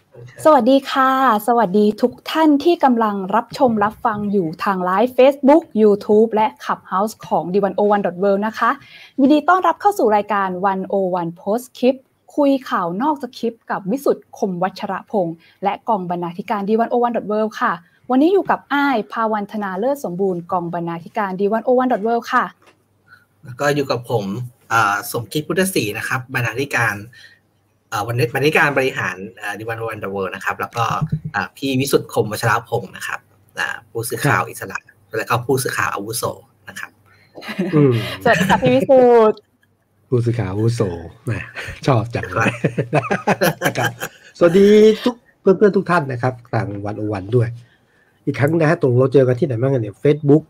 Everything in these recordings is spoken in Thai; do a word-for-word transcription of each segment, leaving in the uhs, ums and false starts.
สวัสดีค่ะสวัสดีทุกท่านที่กำลังรับชมรับฟังอยู่ทางไลฟ์ Facebook YouTube และ Clubhouse ของ ดี วัน โอ วัน ดอท เวิลด์ นะคะยินดีต้อนรับเข้าสู่รายการ หนึ่งศูนย์หนึ่ง Post Script คุยข่าวนอกสคริปต์กับวิสุทธิ์คมวัชรพงษ์และกองบรรณาธิการ ดี วัน โอ วัน ดอท เวิลด์ ค่ะวันนี้อยู่กับอ้ายภาวันธนาเลิศสมบูรณ์กองบรรณาธิการ ดี วัน โอ วัน ดอท เวิลด์ ค่ะแล้วก็อยู่กับผมสมคิดพุทธศรีนะครับบรรณาธิการวันนี้บรรณาธิการบริหาร ดี วัน โอ วัน ดอท เวิลด์ นะครับแล้วก็พี่วิสุทธิ์คมวัชรพงษ์นะครับผู้สื่อข่าวอิสระแล้วก็ผู้สื่อข่าวอาวุโสนะครับสวัสดีค่ะพี่วิสุทธิ์ผู้สื่อข่าวอาวุโสแหมชอบจังเลยนะครับสวัสดีทุกเพื่อนๆทุกท่านนะครับทางวันโอวันด้วยอีกครั้งนะฮะตรงเราเจอกันที่ไหนบ้างกันเนี่ย Facebook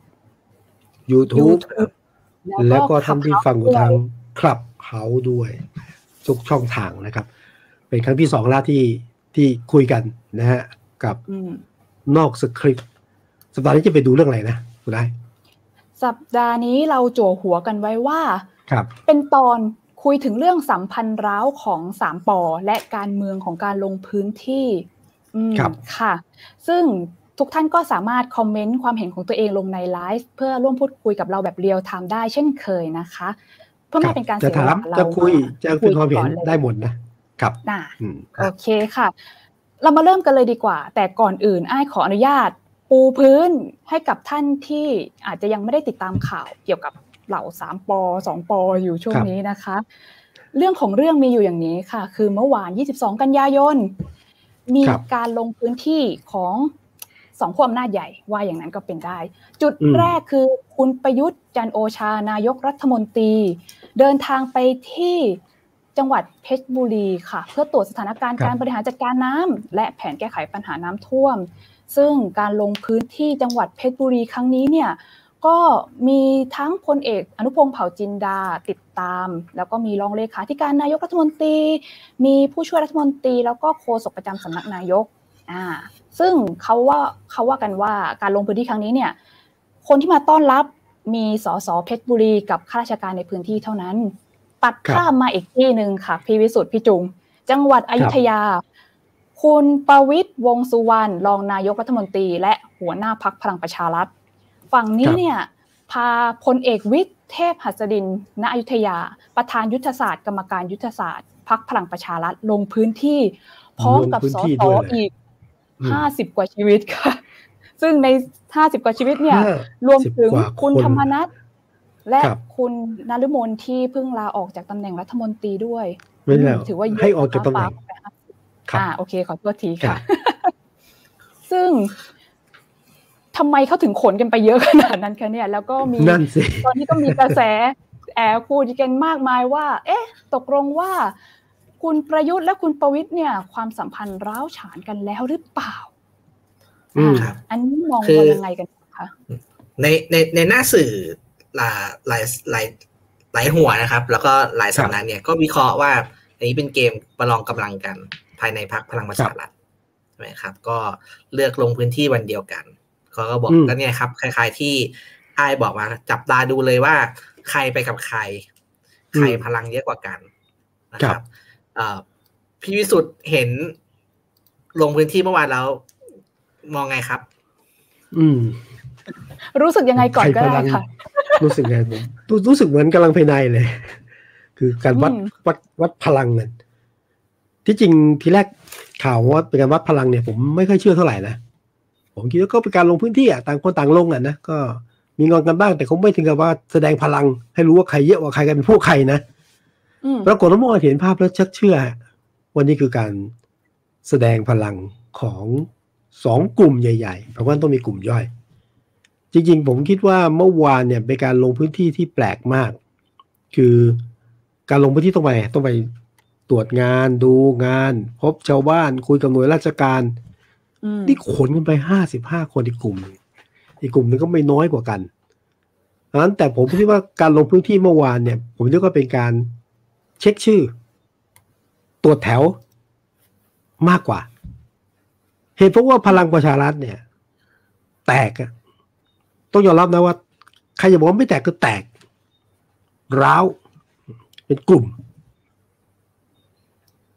YouTube แล้วก็ท่านที่ฟังอยู่ทาง Clubhouse ด้วยทุกช่องทางนะครับเป็นครั้งที่สองแล้วที่ที่คุยกันนะฮะกับนอกสคริปต์สัปดาห์นี้จะไปดูเรื่องอะไรนะคุณได้สัปดาห์นี้เราจั่วหัวกันไว้ว่าครับเป็นตอนคุยถึงเรื่องสัมพันธ์ร้าวของสามป.และการเมืองของการลงพื้นที่ค่ะซึ่งทุกท่านก็สามารถคอมเมนต์ความเห็นของตัวเองลงในไลฟ์เพื่อร่วมพูดคุยกับเราแบบเรียลไทม์ได้เช่นเคยนะคะเพื่อไม่เป็นการเสียเวลาเราจะคุยจะคุยความเห็นได้หมดนะครับโอเคค่ะเรามาเริ่มกันเลยดีกว่าแต่ก่อนอื่นอ้ายขออนุญาตปูพื้นให้กับท่านที่อาจจะยังไม่ได้ติดตามข่าวเกี่ยวกับเหล่าสามป.สองป.อยู่ช่วงนี้นะคะเรื่องของเรื่องมีอยู่อย่างนี้ค่ะคือเมื่อวานยี่สิบสองกันยายนมีการลงพื้นที่ของสองขั้วอำนาจใหญ่ว่าอย่างนั้นก็เป็นได้จุดแรกคือคุณประยุทธ์จันทร์โอชานายกรัฐมนตรีเดินทางไปที่จังหวัดเพชรบุรีค่ะเพื่อตรวจสถานการณ์การบริหารจัดการน้ำและแผนแก้ไขปัญหาน้ำท่วมซึ่งการลงพื้นที่จังหวัดเพชรบุรีครั้งนี้เนี่ยก็มีทั้งพลเอกอนุพงษ์เผ่าจินดาติดตามแล้วก็มีรองเลขาธิการนายกรัฐมนตรีมีผู้ช่วยรัฐมนตรีแล้วก็โฆษกประจำสำนักนายกอ่าซึ่งเขาว่าเขาว่ากันว่าการลงพื้นที่ครั้งนี้เนี่ยคนที่มาต้อนรับมีสสเพชรบุรีกับข้าราชการในพื้นที่เท่านั้นตัดข้ามมาอีกที่นึงค่ะพี่วิสุทธิ์พี่จุงจังหวัดอยุธยาคุณประวิตรวงษ์สุวรรณรองนายกรัฐมนตรีและหัวหน้าพรรคพลังประชารัฐฝั่งนี้เนี่ยพาพลเอกวิทย์เทพหัสดินณอยุธยาประธานยุทธศาสตร์กรรมการยุทธศาสตร์พรรคพลังประชารัฐลงพื้นที่พร้อมกับสสอีกห้าสิบกว่าชีวิตค่ะซึ่งในห้าสิบกว่าชีวิตเนี่ยรวมถึงคุณธรรมนัสและคุณนฤมลที่เพิ่งลาออกจากตำแหน่งรัฐมนตรีด้วยถือว่าให้ออกจากตำแหน่งอ่าโอเคขอโทษทีค่ะซึ่งทำไมเขาถึงขนกันไปเยอะขนาดนั้นคะเนี่ยแล้วก็มีตอนนี้ก็มีกระแสแอบพูดกันมากมายว่าเอ๊ะตกลงว่าคุณประยุทธ์และคุณประวิตรเนี่ยความสัมพันธ์ร้าวฉานกันแล้วหรือเปล่าอืมอันนี้มองว่ายังไงกันคะในในในหน้าสื่อหลายหลายหลายหลายหัวนะครับแล้วก็หลายสำนักเนี่ยก็วิเคราะห์ว่าอันนี้เป็นเกมประลองกำลังกันภายในพรรคพลังประชารัฐใช่ไหมครับก็เลือกลงพื้นที่วันเดียวกันเขาก็บอกก็เนี่ยครับคล้ายๆที่อ้ายบอกมาจับตาดูเลยว่าใครไปกับใครใครพลังเยอะกว่ากันนะครับพี่วิสุทธิ์เห็นลงพื้นที่เมื่อวานแล้วมองไงครับอืมรู้สึกยังไงก่อนก็ได้ค่ะรู้สึกไงผมรู้สึกเหมือนกำลังภายในเลยคือการวัดวัดวัดพลังเนี่ยที่จริงทีแรกข่าวว่าเป็นการวัดพลังเนี่ยผมไม่ค่อยเชื่อเท่าไหร่นะผมคิดว่าก็เป็นการลงพื้นที่อ่ะต่างคนต่างลงอ่ะนะก็มีงอนกันบ้างแต่คงไม่ถึงกับว่าแสดงพลังให้รู้ว่าใครเยอะกว่าใครกันเป็นพวกใครนะปรากฏว่าเมื่อวานเห็นภาพแล้วชักเชื่อวันนี้คือการแสดงพลังของสองกลุ่มใหญ่ๆเพราะว่าต้องมีกลุ่มย่อยจริงๆผมคิดว่าเมื่อวานเนี่ยเป็นการลงพื้นที่ที่แปลกมากคือการลงพื้นที่ต้องไปต้องไปตรวจงานดูงานพบชาวบ้านคุยกับหน่วยราชการนี่ขนกันไปห้าสิบห้าคนอีกกลุ่มอีกกลุ่มนึงก็ไม่น้อยกว่ากันเพราะฉะนั้นแต่ผมคิดว่าการลงพื้นที่เมื่อวานเนี่ยผมคิดว่าเป็นการเช็คชื่อตรวจแถวมากกว่าเหตุเพราะว่าพลังประชารัฐเนี่ยแตกอะต้องยอมรับนะว่าใครจะบอกว่าไม่แตกก็แตกร้าวเป็นกลุ่ม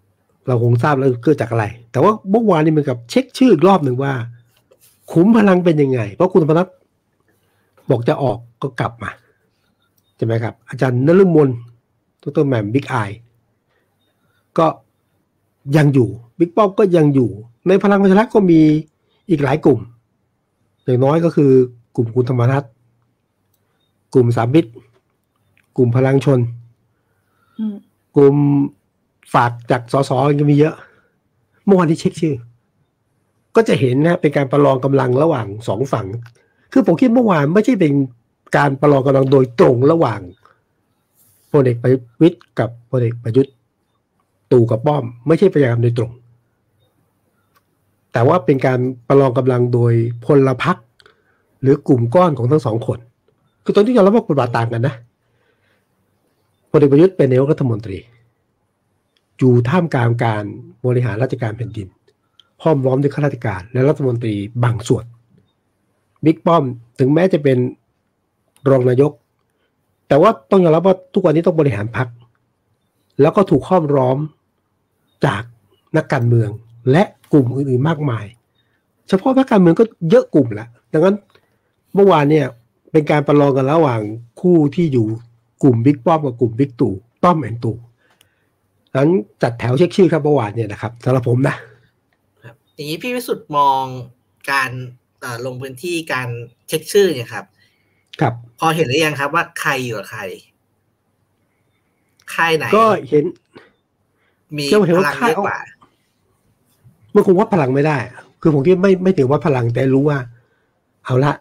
เราคงทราบแล้วเกิดจากอะไรแต่ว่าเมื่อวานนี้มันกับเช็คชื่ออีกรอบหนึ่งว่าขุมพลังเป็นยังไงเพราะคุณธรรมนัสบอกจะออกก็กลับมาใช่ไหมครับอาจารย์นฤมลดรแหม่มบิ๊กไอก็ยังอยู่บิ๊กป้อมก็ยังอยู่ในพลังประชารัฐก็มีอีกหลายกลุ่มอย่างน้อยก็คือกลุ่มคุณธรรมนัสกลุ่มสามมิตรกลุ่มพลังชนกลุ่มฝากจากสสยังมีเยอะเมื่อวานที่เช็คชื่อก็จะเห็นนะเป็นการประลองกำลังระหว่างสองฝั่งคือผมคิดเมื่อวานไม่ใช่เป็นการประลองกำลังโดยตรงระหว่างพลเอกประวิตรกับพลเอกประยุทธ์ตู่กับป้อมไม่ใช่พยายามโดยตรงแต่ว่าเป็นการประลองกำลังโดยพลพรรคหรือกลุ่มก้อนของทั้งสองคนคือตอนที่เราเล่าว่าบทบาทต่างกันนะพลเอกประยุทธ์เป็นนายกรัฐมนตรีอยู่ท่ามกลางการบริหารราชการแผ่นดินห้อมล้อมด้วยข้าราชการและรัฐมนตรีบางส่วนบิ๊กป้อมถึงแม้จะเป็นรองนายกแต่ว่าต้องยอมรับว่าทุกวันนี้ต้องบริหารพรรคแล้วก็ถูกห้อมล้อมจากนักการเมืองและกลุ่มอื่นๆมากมายเฉพาะพรรคการเมืองก็เยอะกลุ่มแล้วดังนั้นเมื่อวานเนี่ยเป็นการประลองกันระหว่างคู่ที่อยู่กลุ่มบิ๊กป้อมกับกลุ่มบิ๊กตู่ป้อมแอนตู่นั้นจัดแถวเช็คชื่อครับเมื่อวานเนี่ยนะครับสำหรับผมนะครับอย่างนี้พี่วิสุทธิ์มองการลงพื้นที่การเช็คชื่อเนี่ยครับครับพอเห็นหรือยังครับว่าใครอยู่กับใครค่ายไหนก็เห็นมีพลังเยอะกว่ามันคงวัดพลังไม่ได้คือผมคิดไม่ไม่ถึงวัดพลังแต่รู้ว่าเอาละ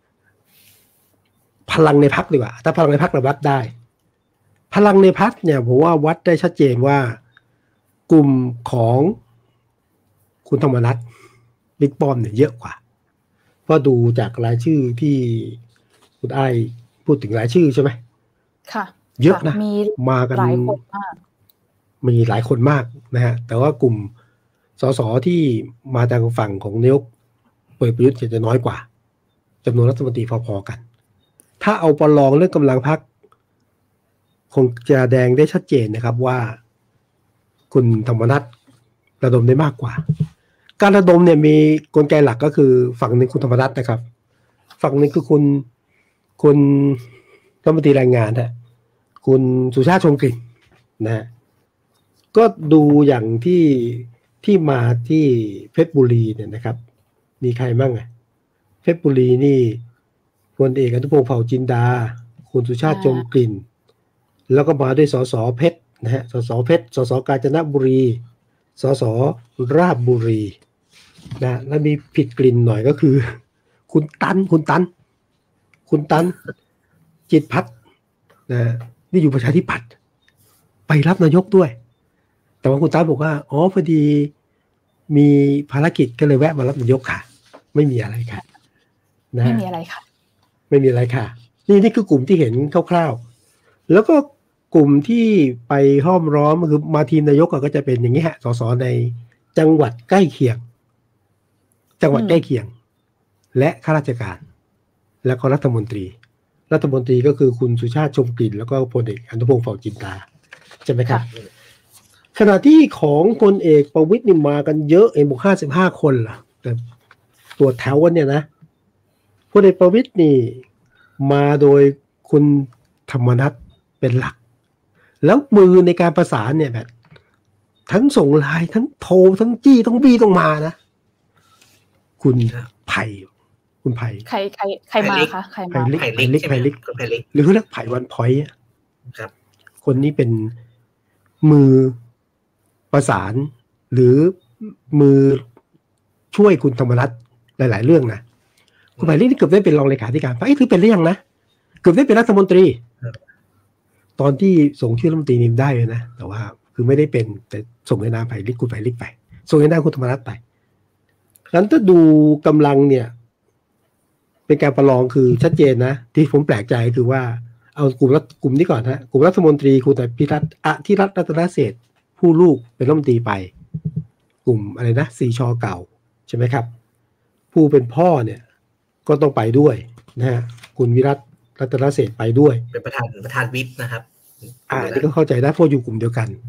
พลังในพรรคดีกว่าถ้าพลังในพรรคเราวัดได้พลังในพรรคเนี่ยผมว่าวัดได้ชัดเจนว่ากลุ่มของคุณธรรมนัสบิ๊กป้อมเนี่ยเยอะกว่าเพราะดูจากรายชื่อที่คุณไอ้พูดถึงรายชื่อใช่ไหมค่ะเยอะนะมากันหลายคนมากมีหลายคนมากนะฮะแต่ว่ากลุ่มสสที่มาจากฝั่งของนายกพลเอกประยุทธ์จะน้อยกว่าจำนวนรัฐมนตรีพอๆกันถ้าเอาประลองเรื่องกำลังพรรคคงจะแดงได้ชัดเจนนะครับว่าคุณธรรมนัสระดมได้มากกว่าการระดมเนี่ยมีกลไกหลักก็คือฝั่งนึงคุณธรรมนัสนะครับฝั่งนึงคือคุณคุณรัฐมนตรีแรงงานฮะคุณสุชาติชมกลิ่นนะฮะก็ดูอย่างที่ที่มาที่เพชรบุรีเนี่ยนะครับมีใครบ้างอ่ะเพชรบุรีนี่พลเอกอนุพงษ์เผ่าจินดาคุณสุชาติชมกลิ่นแล้วก็มาด้วยสสเพชรนะฮะสสเพชรสสกาญจนบุรีสสราชบุรีนะแล้วมีผิดกลิ่นหน่อยก็คือคุณตันคุณตันคุณตันจิตพัฒน์นะนี่อยู่ประชาธิปัตย์ไปรับนายกด้วยแต่ว่าคุณตันบอกว่าอ๋อพอดีมีภารกิจก็เลยแวะมารับนายกค่ะไม่มีอะไรค่ะนะไม่มีอะไรค่ะไม่มีอะไรค่ะนี่นี่คือกลุ่มที่เห็นคร่าวๆแล้วก็กลุ่มที่ไปห้อมล้อมคือมาทีมนายกก็จะเป็นอย่างนี้ฮะสสในจังหวัดใกล้เคียงจังหวัดใกล้เคียงและข้าราชการและก็รัฐมนตรีรัฐมนตรีก็คือคุณสุชาติชมกลิ่นแล้วก็พลเอกอนุพงษ์เผ่าจินดาใช่ไหมครับขณะที่ของพลเอกประวิตรนี่มากันเยอะเอ็มบอกห้าสิบห้าคนล่ะแต่ตัวแถวกันเนี่ยนะพลเอกประวิตรนี่มาโดยคุณธรรมนัสเป็นหลักแล้วมือในการประสานเนี่ยแบบทั้งส่งไลน์ทั้งโทรทั้งจี้ทั้งบี้ต้องมานะคุณไผ่คุณไผ่ใครใครใครมาคะใครมาไผ่เล็กไผ่เล็กไผ่เล็กหรือเขาเรียกไผ่วันพอยต์ครับคนนี้เป็นมือประสานหรือมือช่วยคุณธรรมนัสหลายๆเรื่องนะคุณไผ่เล็กนี่เกือบได้เป็นรองเลขาธิการไอ้ถือเป็นหรือยังนะเกือบได้เป็นรัฐมนตรีตอนที่ส่งชื่อรัฐมนตรีนิมได้เลยนะแต่ว่าคือไม่ได้เป็นแต่ส่งในนามไผ่ลิกคุณไผ่ลิกไปส่งในนามคุณธรรมนัสไปฉะนั้นถ้าดูกำลังเนี่ยเป็นการประลองคือชัดเจนนะที่ผมแปลกใจคือว่าเอากลุ่มรัฐกลุ่มนี้ก่อนฮะกลุ่มรัฐมนตรีคุณแต่พิรัตน์อธิรัตน์รัตนเศรษฐ์ผู้ลูกเป็นรัฐมนตรีไปกลุ่มอะไรนะสีชอเก่าใช่ไหมครับผู้เป็นพ่อเนี่ยก็ต้องไปด้วยนะฮะคุณวิรัตรัตนเศรษฐ์ไปด้วยเป็นประธานประธานวิปนะครับอ่านี่ก็เข้าใจได้เพราะอยู่กลุ่มเดียวกัน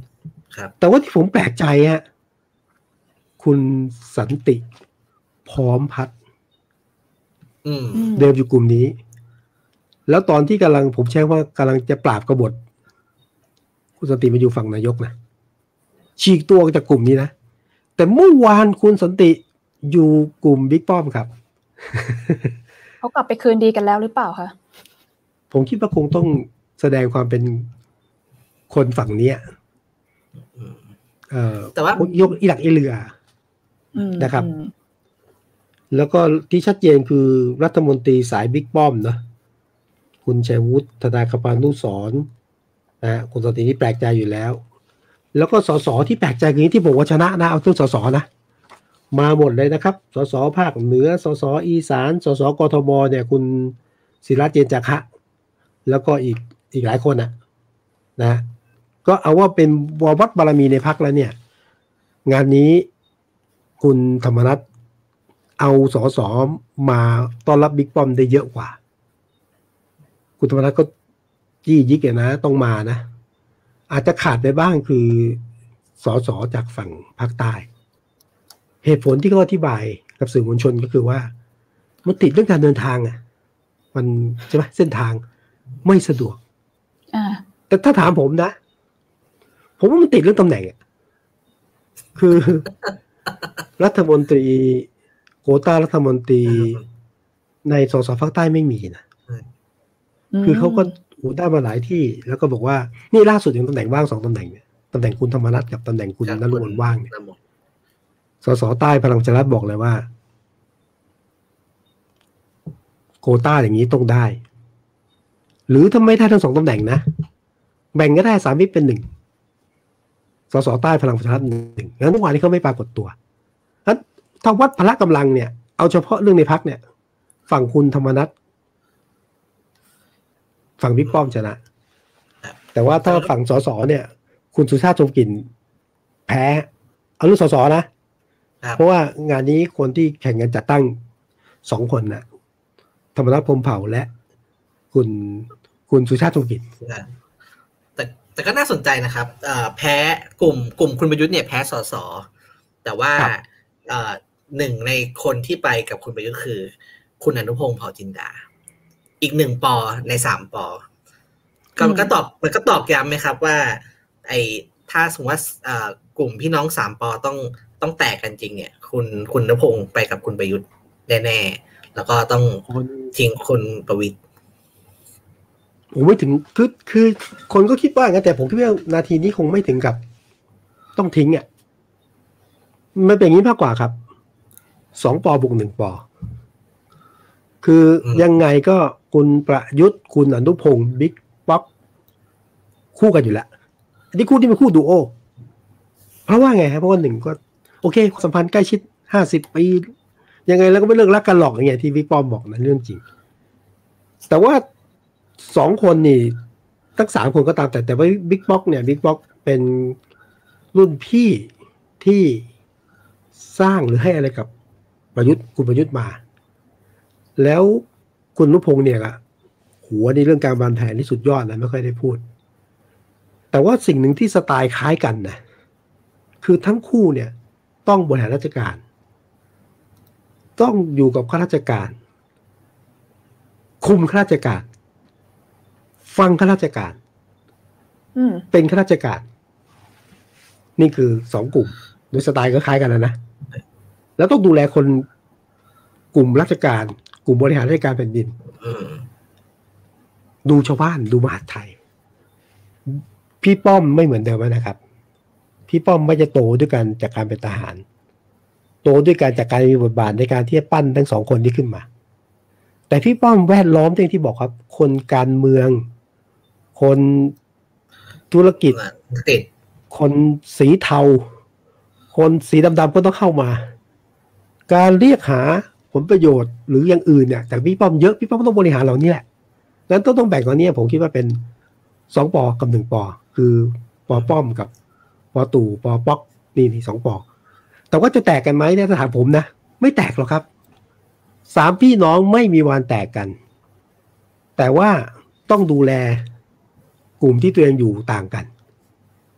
ครับแต่ว่าที่ผมแปลกใจฮะคุณสันติพร้อมพัฒน์เดิมอยู่กลุ่มนี้แล้วตอนที่กำลังผมใช้ว่ากำลังจะปราบกบฏคุณสันติมาอยู่ฝั่งนายกนะฉีกตัวจากกลุ่มนี้นะแต่เมื่อวานคุณสันติอยู่กลุ่มบิ๊กป้อมครับเขากลับไปคืนดีกันแล้วหรือเปล่าคะผมคิดว่าคงต้องแสดงความเป็นคนฝั่งนี้เอ่อแต่ว่ายกอิหลักอิเหลือนะครับแล้วก็ที่ชัดเจนคือรัฐมนตรีสายบิ๊กป้อมนะคุณชัยวุฒิธนาคปานุสรณ์นะคุณสันติที่แปลกใจอยู่แล้วแล้วก็สสที่แปลกใจคือที่บอกว่าชนะนะเอาตัวสสนะมาหมดเลยนะครับสสภาคเหนือสสอีสานสสกทมเนี่ยคุณศิระเจนจาคะแล้วก็อีกอีกหลายคนนะนะก็เอาว่าเป็นวัดบารมีในพรรคแล้วเนี่ยงานนี้คุณธรรมนัสเอาสสมาต้อนรับบิ๊กป้อมได้เยอะกว่าคุณธรรมนัสก็จี้ยิกนะต้องมานะอาจจะขาดไปบ้างคือสสจากฝั่งภาคใต้เหตุผลที่เขาอธิบายกับสื่อมวลชนก็คือว่ามันติดเรื่องการเดินทางอ่ะมันใช่ไหมเส้นทางไม่สะดวกแต่ถ้าถามผมนะผมว่ามันติดเรื่องตำแหน่งอ่ะคือรัฐมนตรีโควต้ารัฐมนตรีในสสภาคใต้ไม่มีนะคือเขาก็ได้มาหลายที่แล้วก็บอกว่านี่ล่าสุดยังตำแหน่งว่างสองตำแหน่งเนี่ยตำแหน่งคุณธรรมนัสกับตำแหน่งคุณนฤมลว่างเนี่ยสสใต้พลังประชารัฐบอกเลยว่าโควต้าอย่างนี้ต้องได้หรือถ้าไม่ได้ทั้งสองตำแหน่งนะแบ่งก็ได้สามวิปเป็นหนึ่งสสใต้พลังประชารัฐหนึ่งแล้วเมื่อวานนี้เขาไม่ปรากฏตัวแล้วถ้าวัดพละกำลังเนี่ยเอาเฉพาะเรื่องในพรรคเนี่ยฝั่งคุณธรรมนัสฝั่งบิ๊กป้อมชนะแต่ว่าถ้าฝั่งสสเนี่ยคุณสุชาติชมกลิ่นแพ้เอาเรื่องสสนะเพราะว่างานนี้คนที่แข่งกันจัดตั้งสองคนนะธรรมนัสพรหมเผ่าและคุณคุณสุชาติชมกลิ่นแต่แต่ก็น่าสนใจนะครับแพ้กลุ่มกลุ่มคุณประยุทธ์เนี่ยแพ้สสแต่ว่าหนึ่งในคนที่ไปกับคุณประยุทธ์คือคุณอนุพงษ์เผ่าจินดาอีกหนึ่งปอในสามปอก็มันก็ตอบมันก็ตอกย้ำไหมครับว่าไอ้ถ้าสมมติว่ากลุ่มพี่น้องสามปอต้องต้องแตกกันจริงเนี่ยคุณคุณอนุพงษ์ไปกับคุณประยุทธ์แน่ๆแล้วก็ต้องทิ้งคุณประวิตรผมไม่ถึงคือคือคนก็คิดว่างั้นแต่ผมคิดว่านาทีนี้คงไม่ถึงกับต้องทิ้งอ่ะมันเป็นอย่างนี้มากกว่าครับสองปอบวกหนึ่งปอคือยังไงก็คุณประยุทธ์คุณอนุพงษ์บิ๊กป๊อกคู่กันอยู่แล้วอันนี้คู่ที่เป็นคู่ดูโอเพราะว่าไงครับเพราะว่าหนึ่งก็โอเคสัมพันธ์ใกล้ชิดห้าสิบปียังไงแล้วก็ไม่เลิกรักกันหรอกอย่างเงี้ยที่บิ๊กป้อมบอกนะเรื่องจริงแต่ว่าสองคนนี่ทั้งสามคนก็ตามแต่แต่ว่าบิ๊กป๊อกเนี่ยบิ๊กป๊อกเป็นรุ่นพี่ที่สร้างหรือให้อะไรกับประยุทธ์คุณประยุทธ์มาแล้วคุณอนุพงษ์เนี่ยอะหัวในเรื่องการวางแผนที่สุดยอดนะไม่ค่อยได้พูดแต่ว่าสิ่งหนึ่งที่สไตล์คล้ายกันนะคือทั้งคู่เนี่ยต้องบริหารราชการต้องอยู่กับข้าราชการคุมข้าราชการฟังข้าราชการเป็นข้าราชการนี่คือสองกลุ่มโดยสไตล์ก็คล้ายกันนะนะแล้วต้องดูแลคนกลุ่มราชการกลุ่มบริหารราชการแผ่นดินดูชาวบ้านดูมหาดไทยพี่ป้อมไม่เหมือนเดิมนะครับพี่ป้อมไม่จะโตด้วยกันจากการเป็นทหารโตด้วยการจากการมีบทบาทในการที่จะปั้นทั้งสองคนที่ขึ้นมาแต่พี่ป้อมแวดล้อมอย่างที่บอกครับคนการเมืองคนธุรกิจคนสีเทาคนสีดำๆก็ต้องเข้ามาการเรียกหาผลประโยชน์หรืออย่างอื่นเนี่ยแต่พี่ป้อมเยอะพี่ป้อมต้องบริหารเหล่านี้แหละงั้นต้องต้องแบ่งตอนนี้ผมคิดว่าเป็นสองปอกับหนึ่งปอคือปอป้อมกับปอตู่ปอป๊อกนี่นี่สองปอแต่ว่าจะแตกกันไหมเนี่ยถ้าถามผมนะไม่แตกหรอกครับสามพี่น้องไม่มีวันแตกกันแต่ว่าต้องดูแลกลุ่มที่ตัวเองอยู่ต่างกัน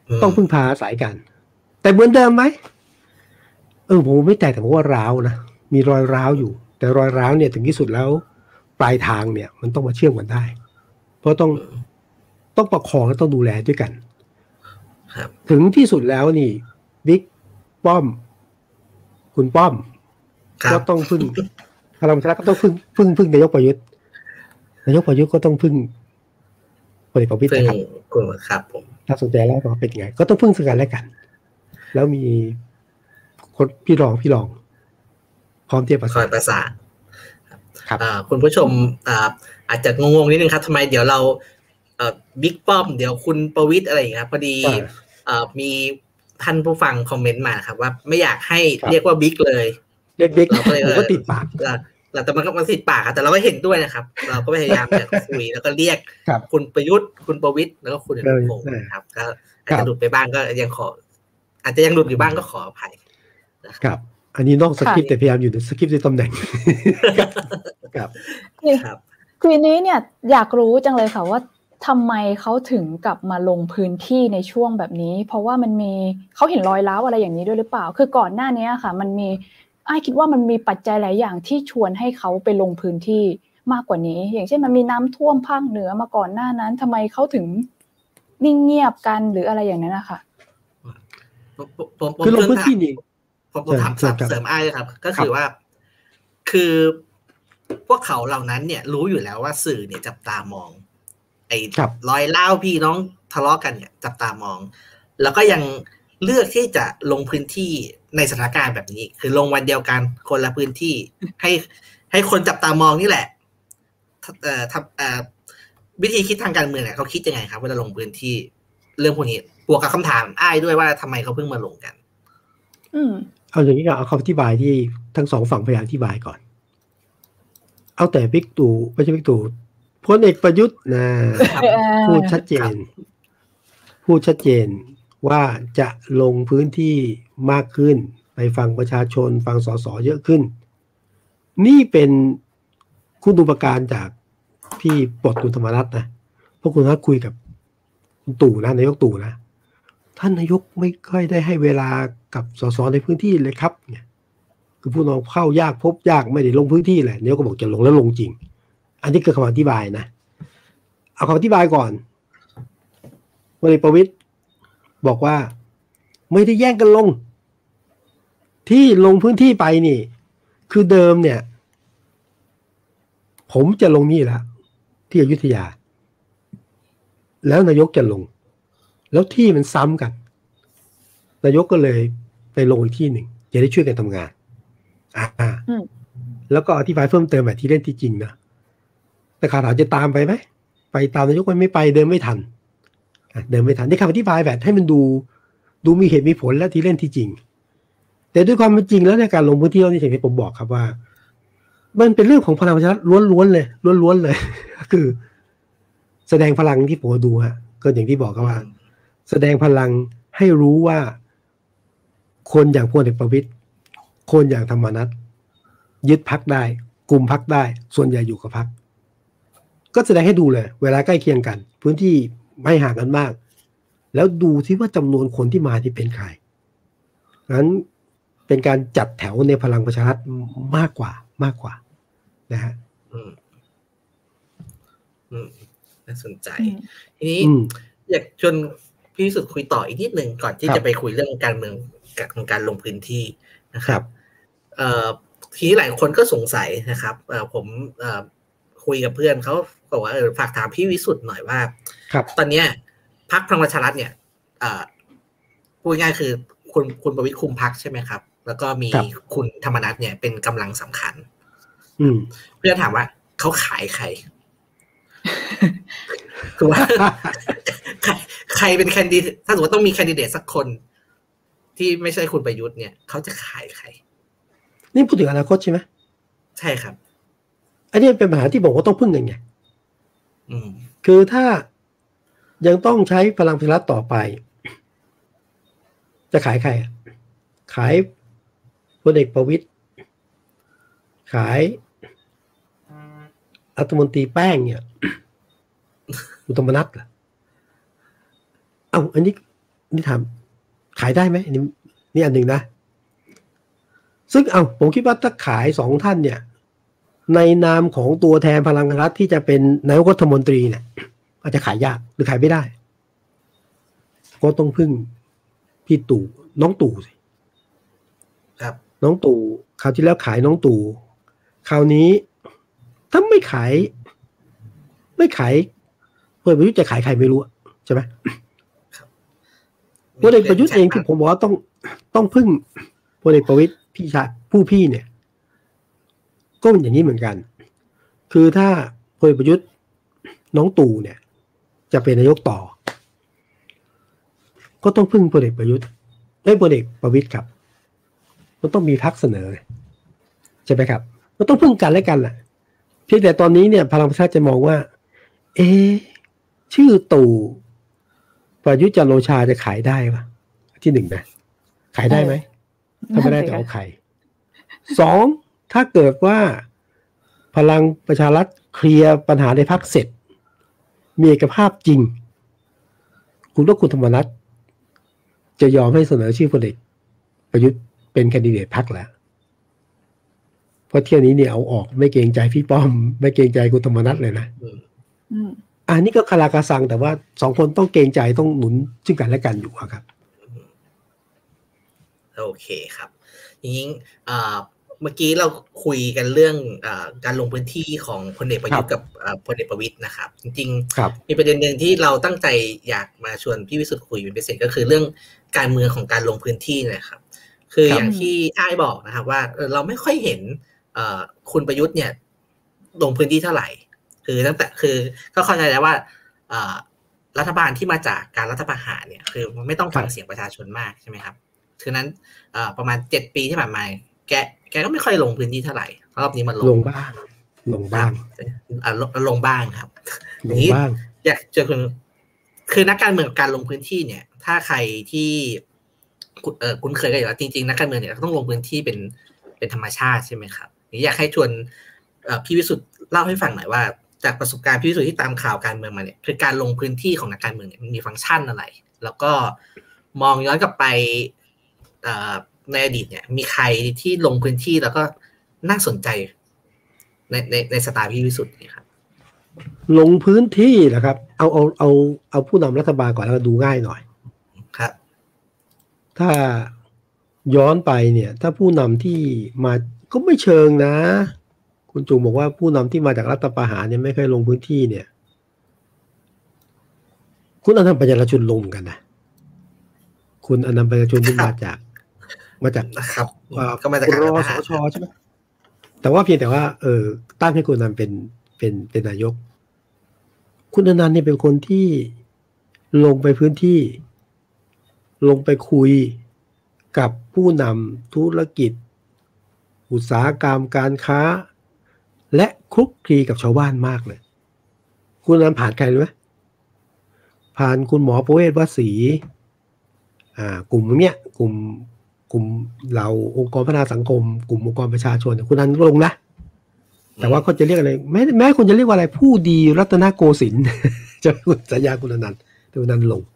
ต้องพึ่งพาอาศัยกันแต่เหมือนเดิมไหมเออผมไม่แตกแต่ว่าร้าวนะมีรอยร้าวอยู่แต่รอยร้าวเนี่ยถึงที่สุดแล้วปลายทางเนี่ยมันต้องมาเชื่อมกันได้เพราะต้องต้องประคองและต้องดูแลด้วยกันถึงที่สุดแล้วนี่บิ๊กป้อมคุณป้อมก็ต้องพึ่งพลังประชารัฐก็ต้องพึ่งพึ่งพึ่งนายกประยุทธ์นายกประยุทธ์ก็ต้องพึ่งพลเอกประวิตรนะครับครับผมถ้าสนใจแล้วก็เป็นไงก็ต้องพึ่งซึ่งกันและกันแล้วมีคนพี่รองพี่รองพร้อมที่จะประสานประสานครับคุณผู้ชมอาจจะงงๆนิดนึงครับทำไมเดี๋ยวเราบิ๊กป้อมเดี๋ยวคุณประวิตรอะไรอย่างเงี้ยพอดีมีท่านผู้ฟังคอมเมนต์มาครับว่าไม่อยากให้เรียกว่าบิ๊กเลยเรียกบิ๊กผมก็ติดปากเราแต่มันก็มันติดปากครับแต่เราก็เห็นด้วยนะครับเราก็พยายามจะคุยแล้วก็เรียกคุณประยุทธ์คุณประวิตรแล้วก็คุณอนุพงศ์นะครับก็อาจจะหลุดไปบ้างก็ยังขออาจจะยังหลุดอยู่บ้างก็ขออภัยครับอันนี้นอกสคริปต์แต่พยายามอยู่ในสคริปต์ในตำแหน่งครับทีนี้เนี่ยอยากรู้จังเลยค่ะว่าทำไมเขาถึงกลับมาลงพื้นที่ในช่วงแบบนี้เพราะว่ามันมีเขาเห็นรอยร้าวอะไรอย่างนี้ด้วยหรือเปล่าคือก่อนหน้านี้ค่ะมันมีอ้ายคิดว่ามันมีปัจจัยหลายอย่างที่ชวนให้เขาไปลงพื้นที่มากกว่านี้อย่างเช่นมันมีน้ำท่วมภาคเหนือมาก่อนหน้านั้นทำไมเขาถึงนิ่งเงียบกันหรืออะไรอย่างนั้นนะคะคือลงพื้นที่นี่ผมถามเสริมอ้ายครับก็คือว่าคือพวกเขาเหล่านั้นเนี่ยรู้อยู่แล้วว่าสื่อเนี่ยจับตามองไอ้รอยเล่าพี่น้องทะเลาะกันเนี่ยจับตามองแล้วก็ยังเลือกที่จะลงพื้นที่ในสถานการณ์แบบนี้คือลงวันเดียวกันคนละพื้นที่ให้ให้คนจับตามองนี่แหละเอ่อทำเอ่อวิธีคิดทางการเมืองเนี่ยเขาคิดยังไงครับเวลาลงพื้นที่เรื่องพวกนี้บวกกับคำถามอ้ายด้วยว่าทำไมเขาเพิ่งมาลงกันอืมเอาอย่างนี้ก็เอาคำอธิบายที่ทั้งสองฝั่งพยายามอธิบายก่อนเอาแต่บิ๊กตู่ไม่ใช่บิ๊กตู่พลเอกประยุทธ์นะพูดชัดเจนพูดชัดเจนว่าจะลงพื้นที่มากขึ้นไปฟังประชาชนฟังสสเยอะขึ้นนี่เป็นคุณอุปการจากที่ปลดคุณธรรมนัสนะพวกคุณธรรมนัสคุยกับตู่นะนายกตู่นะท่านนายกไม่ค่อยได้ให้เวลากับสสในพื้นที่เลยครับเนี่ยคือผู้น้องเข้ายากพบยากไม่ได้ลงพื้นที่แหละนายกก็บอกจะลงแล้วลงจริงอันนี้คือคำอธิบายนะเอาคำอธิบายก่อนพลเอกประวิตรบอกว่าไม่ได้แย่งกันลงที่ลงพื้นที่ไปนี่คือเดิมเนี่ยผมจะลงนี่ละที่อยุธยาแล้วนายกจะลงแล้วที่มันซ้ำกันนายกก็เลยไปลงอีกที่หนึ่งจะได้ช่วยกันทำงานอ่าแล้วก็อธิบายเพิ่มเติมแบบที่เล่นที่จริงนะแต่ข่าวถามจะตามไปไหมไปตามนายกมันไม่ไปเดินไม่ทันเดินไม่ทันนี่คำอธิบายแบบให้มันดูดูมีเหตุมีผลและที่เล่นที่จริงแต่ด้วยความเป็นจริงแล้วในการลงพื้นที่นี่อย่างที่ผมบอกครับว่ามันเป็นเรื่องของพลังประชารัฐล้วนๆเลยล้วนๆเลยก็คือแสดงพลังที่ผมดูฮะก็อย่างที่บอกครับว่าแสดงพลังให้รู้ว่าคนอย่างพลเอกประวิตรคนอย่างธรรมนัสยึดพรรคได้กลุ่มพรรคได้ส่วนใหญ่อยู่กับพรรคก็แสดงให้ดูเลยเวลาใกล้เคียงกันพื้นที่ไม่ห่างกันมากแล้วดูที่ว่าจำนวนคนที่มาที่เป็นใครงั้นเป็นการจัดแถวในพลังประชารัฐมากกว่ามากกว่านะฮะอืมอืมน่าสนใจทีนี้อยากชวนพี่วิสุทธิ์คุยต่ออีกนิดนึงก่อนที่จะไปคุยเรื่องการเมืองกับการลงพื้นที่นะครับเอ่อทีนี้หลายคนก็สงสัยนะครับเอ่อผมเอ่อคุยกับเพื่อนเขาบอกว่าเออฝากถามพี่วิสุทธิ์หน่อยว่าตอนเนี้ยพรรคพลังประชารัฐเนี่ยเอ่อพูดง่ายคือคุณคุณประวิตรคุมพรรคใช่ไหมครับแล้วก็มีคุณธรรมนัสเนี่ยเป็นกำลังสำคัญอืมเพื่อนถามว่าเขาขายใครคือว่าใครใครเป็นแคนดิเดตถ้าสมมติต้องมีแคนดิเดตสักคนที่ไม่ใช่คุณประยุทธ์เนี่ยเขาจะขายใครนี่พูดถึงอนาคตใช่ไหมใช่ครับอันนี้เป็นปัญหาที่บอกว่าต้องพึ่งกันไงอืมคือถ้ายังต้องใช้พลังประชารัฐต่อไปจะขายใครขายพลเอกประวิตรขายรัฐมนตรีแป้งเนี่ยคุณธรรมนัสเหรอเอ้าอันนี้นี่ถามขายได้ไหมนี่นี่อันหนึ่งนะซึ่งเอาผมคิดว่าถ้าขายสองท่านเนี่ยในนามของตัวแทนพลังรัฐที่จะเป็นนายกรัฐมนตรีเนี่ยอาจจะขายยากหรือขายไม่ได้ก็ต้องพึ่งพี่ตู่น้องตู่สิครับน้องตู่คราวที่แล้วขายน้องตู่คราวนี้ถ้าไม่ขายไม่ขายพลเอกประยุทธ์จะขายใครไม่รู้ใช่ไหมพลเอกประยุทธ์เองที่ผมบอกว่าต้องต้องพึ่งพลเอกประวิตรพี่ชายผู้พี่เนี่ยก็เป็นอย่างนี้เหมือนกันคือถ้าพลเอกประยุทธ์น้องตู่เนี่ยจะเป็นนายกต่อก็ต้องพึ่งพลเอกประยุทธ์ไม่พลเอกประวิตรครับมันต้องมีพรรคเสนอใช่ไหมครับมันต้องพึ่งกันและกันแหละเพียงแต่ตอนนี้เนี่ยพลังประชารัฐจะมองว่าเอ๊ะชื่อตู่ประยุทธ์จันทร์โอชาจะขายได้ปะที่หนึ่งนะขายได้ไหมถ้าไม่ได้จะเอาใครสองถ้าเกิดว่าพลังประชารัฐเคลียร์ปัญหาในพรรคเสร็จมีเอกภาพจริงคุณว่าคุณธรรมนัสจะยอมให้เสนอชื่อพลเอกประยุทธ์เป็นแคนดิเดตพรรคแล้วเพราะเที่ยวนี้เนี่ยเอาออกไม่เกรงใจพี่ป้อมไม่เกรงใจคุณธรรมนัสเลยนะอันนี้ก็คาราคาซังแต่ว่าสองคนต้องเกรงใจต้องหนุนซึ่งกันและกันอยู่ครับโอเคครับอย่างนี้เมื่อกี้เราคุยกันเรื่องการลงพื้นที่ของพลเอกประยุทธ์กับพลเอกประวิตรนะครับจริงๆมีประเด็นหนึ่งที่เราตั้งใจอยากมาชวนพี่วิสุทธิ์คุยเป็นพิเศษก็คือเรื่องการเมืองของการลงพื้นที่นะครับคืออย่างที่อ้ายบอกนะครับว่าเราไม่ค่อยเห็นคุณประยุทธ์เนี่ยลงพื้นที่เท่าไหร่คือตั้งแต่คือก็เข้าใจแล้วว่ารัฐบาลที่มาจากการรัฐประหารเนี่ยคือไม่ต้องฟังเสียงประชาชนมากใช่ไหมครับฉะนั้นประมาณเจ็ดปีที่ผ่านมาแกแกก็ไม่ค่อยลงพื้นที่เท่าไหร่รอบนี้มันลงลงบ้างลงบ้างอ่าลงบ้างครับลงบ้างอยากเจอคุณคือนักการเมืองการลงพื้นที่เนี่ยถ้าใครที่เออคุณเคยกันอยู่แล้วจริงๆนักการเมืองเนี่ยต้องลงพื้นที่เป็นเป็นธรรมชาติใช่ไหมครับนี่อยากให้ชวนพี่วิสุทธิ์เล่าให้ฟังหน่อยว่าจากประสบการณ์พี่วิสุทธิ์ที่ตามข่าวการเมืองมาเนี่ยคือการลงพื้นที่ของนักการเมืองเนี่ยมันมีฟังก์ชันอะไรแล้วก็มองย้อนกลับไปในอดีตเนี่ยมีใครที่ลงพื้นที่แล้วก็น่าสนใจในในในสไตล์พี่วิสุทธิ์นี่ครับลงพื้นที่เหรอครับเอาเอาเอาเอาผู้นำรัฐบาลก่อนแล้วดูง่ายหน่อยครับถ้าย้อนไปเนี่ยถ้าผู้นำที่มาก็ไม่เชิงนะคุณจูบอกว่าผู้นำที่มาจากรัฐประหารเนี่ยไม่เคยลงพื้นที่เนี่ยคุณอนันต์ปัญญารชุนลงกันนะคุณอนันต์ปัญญารชุนที่มาจากมาจากนะครับก็มาจากการรสชใช่ไหมแต่ว่าเพียงแต่ว่าเออตั้งให้คุณอนันต์เป็นเป็นเป็นนายกคุณอนันต์เนี่ยเป็นคนที่ลงไปพื้นที่ลงไปคุยกับผู้นำธุรกิจอุตสาหกรรมการค้าและคลุกคลีกับชาวบ้านมากเลยคุณอนันต์ผ่านใครรู้ไหมผ่านคุณหมอประเวศวสีอ่ากลุ่มเนี้ยกลุ่มกลุ่มเหล่าองค์กรพัฒนาสังคมกลุ่มองค์กรประชาชนคุณอนันต์ก็ลงนะแต่ว่าเขาจะเรียกอะไรแม้แม้คนจะเรียกว่าอะไรผู้ดีรัตนโกสินทร์จะคุณสัญญาคุณอนันต์แต่คุณอนันต์ลง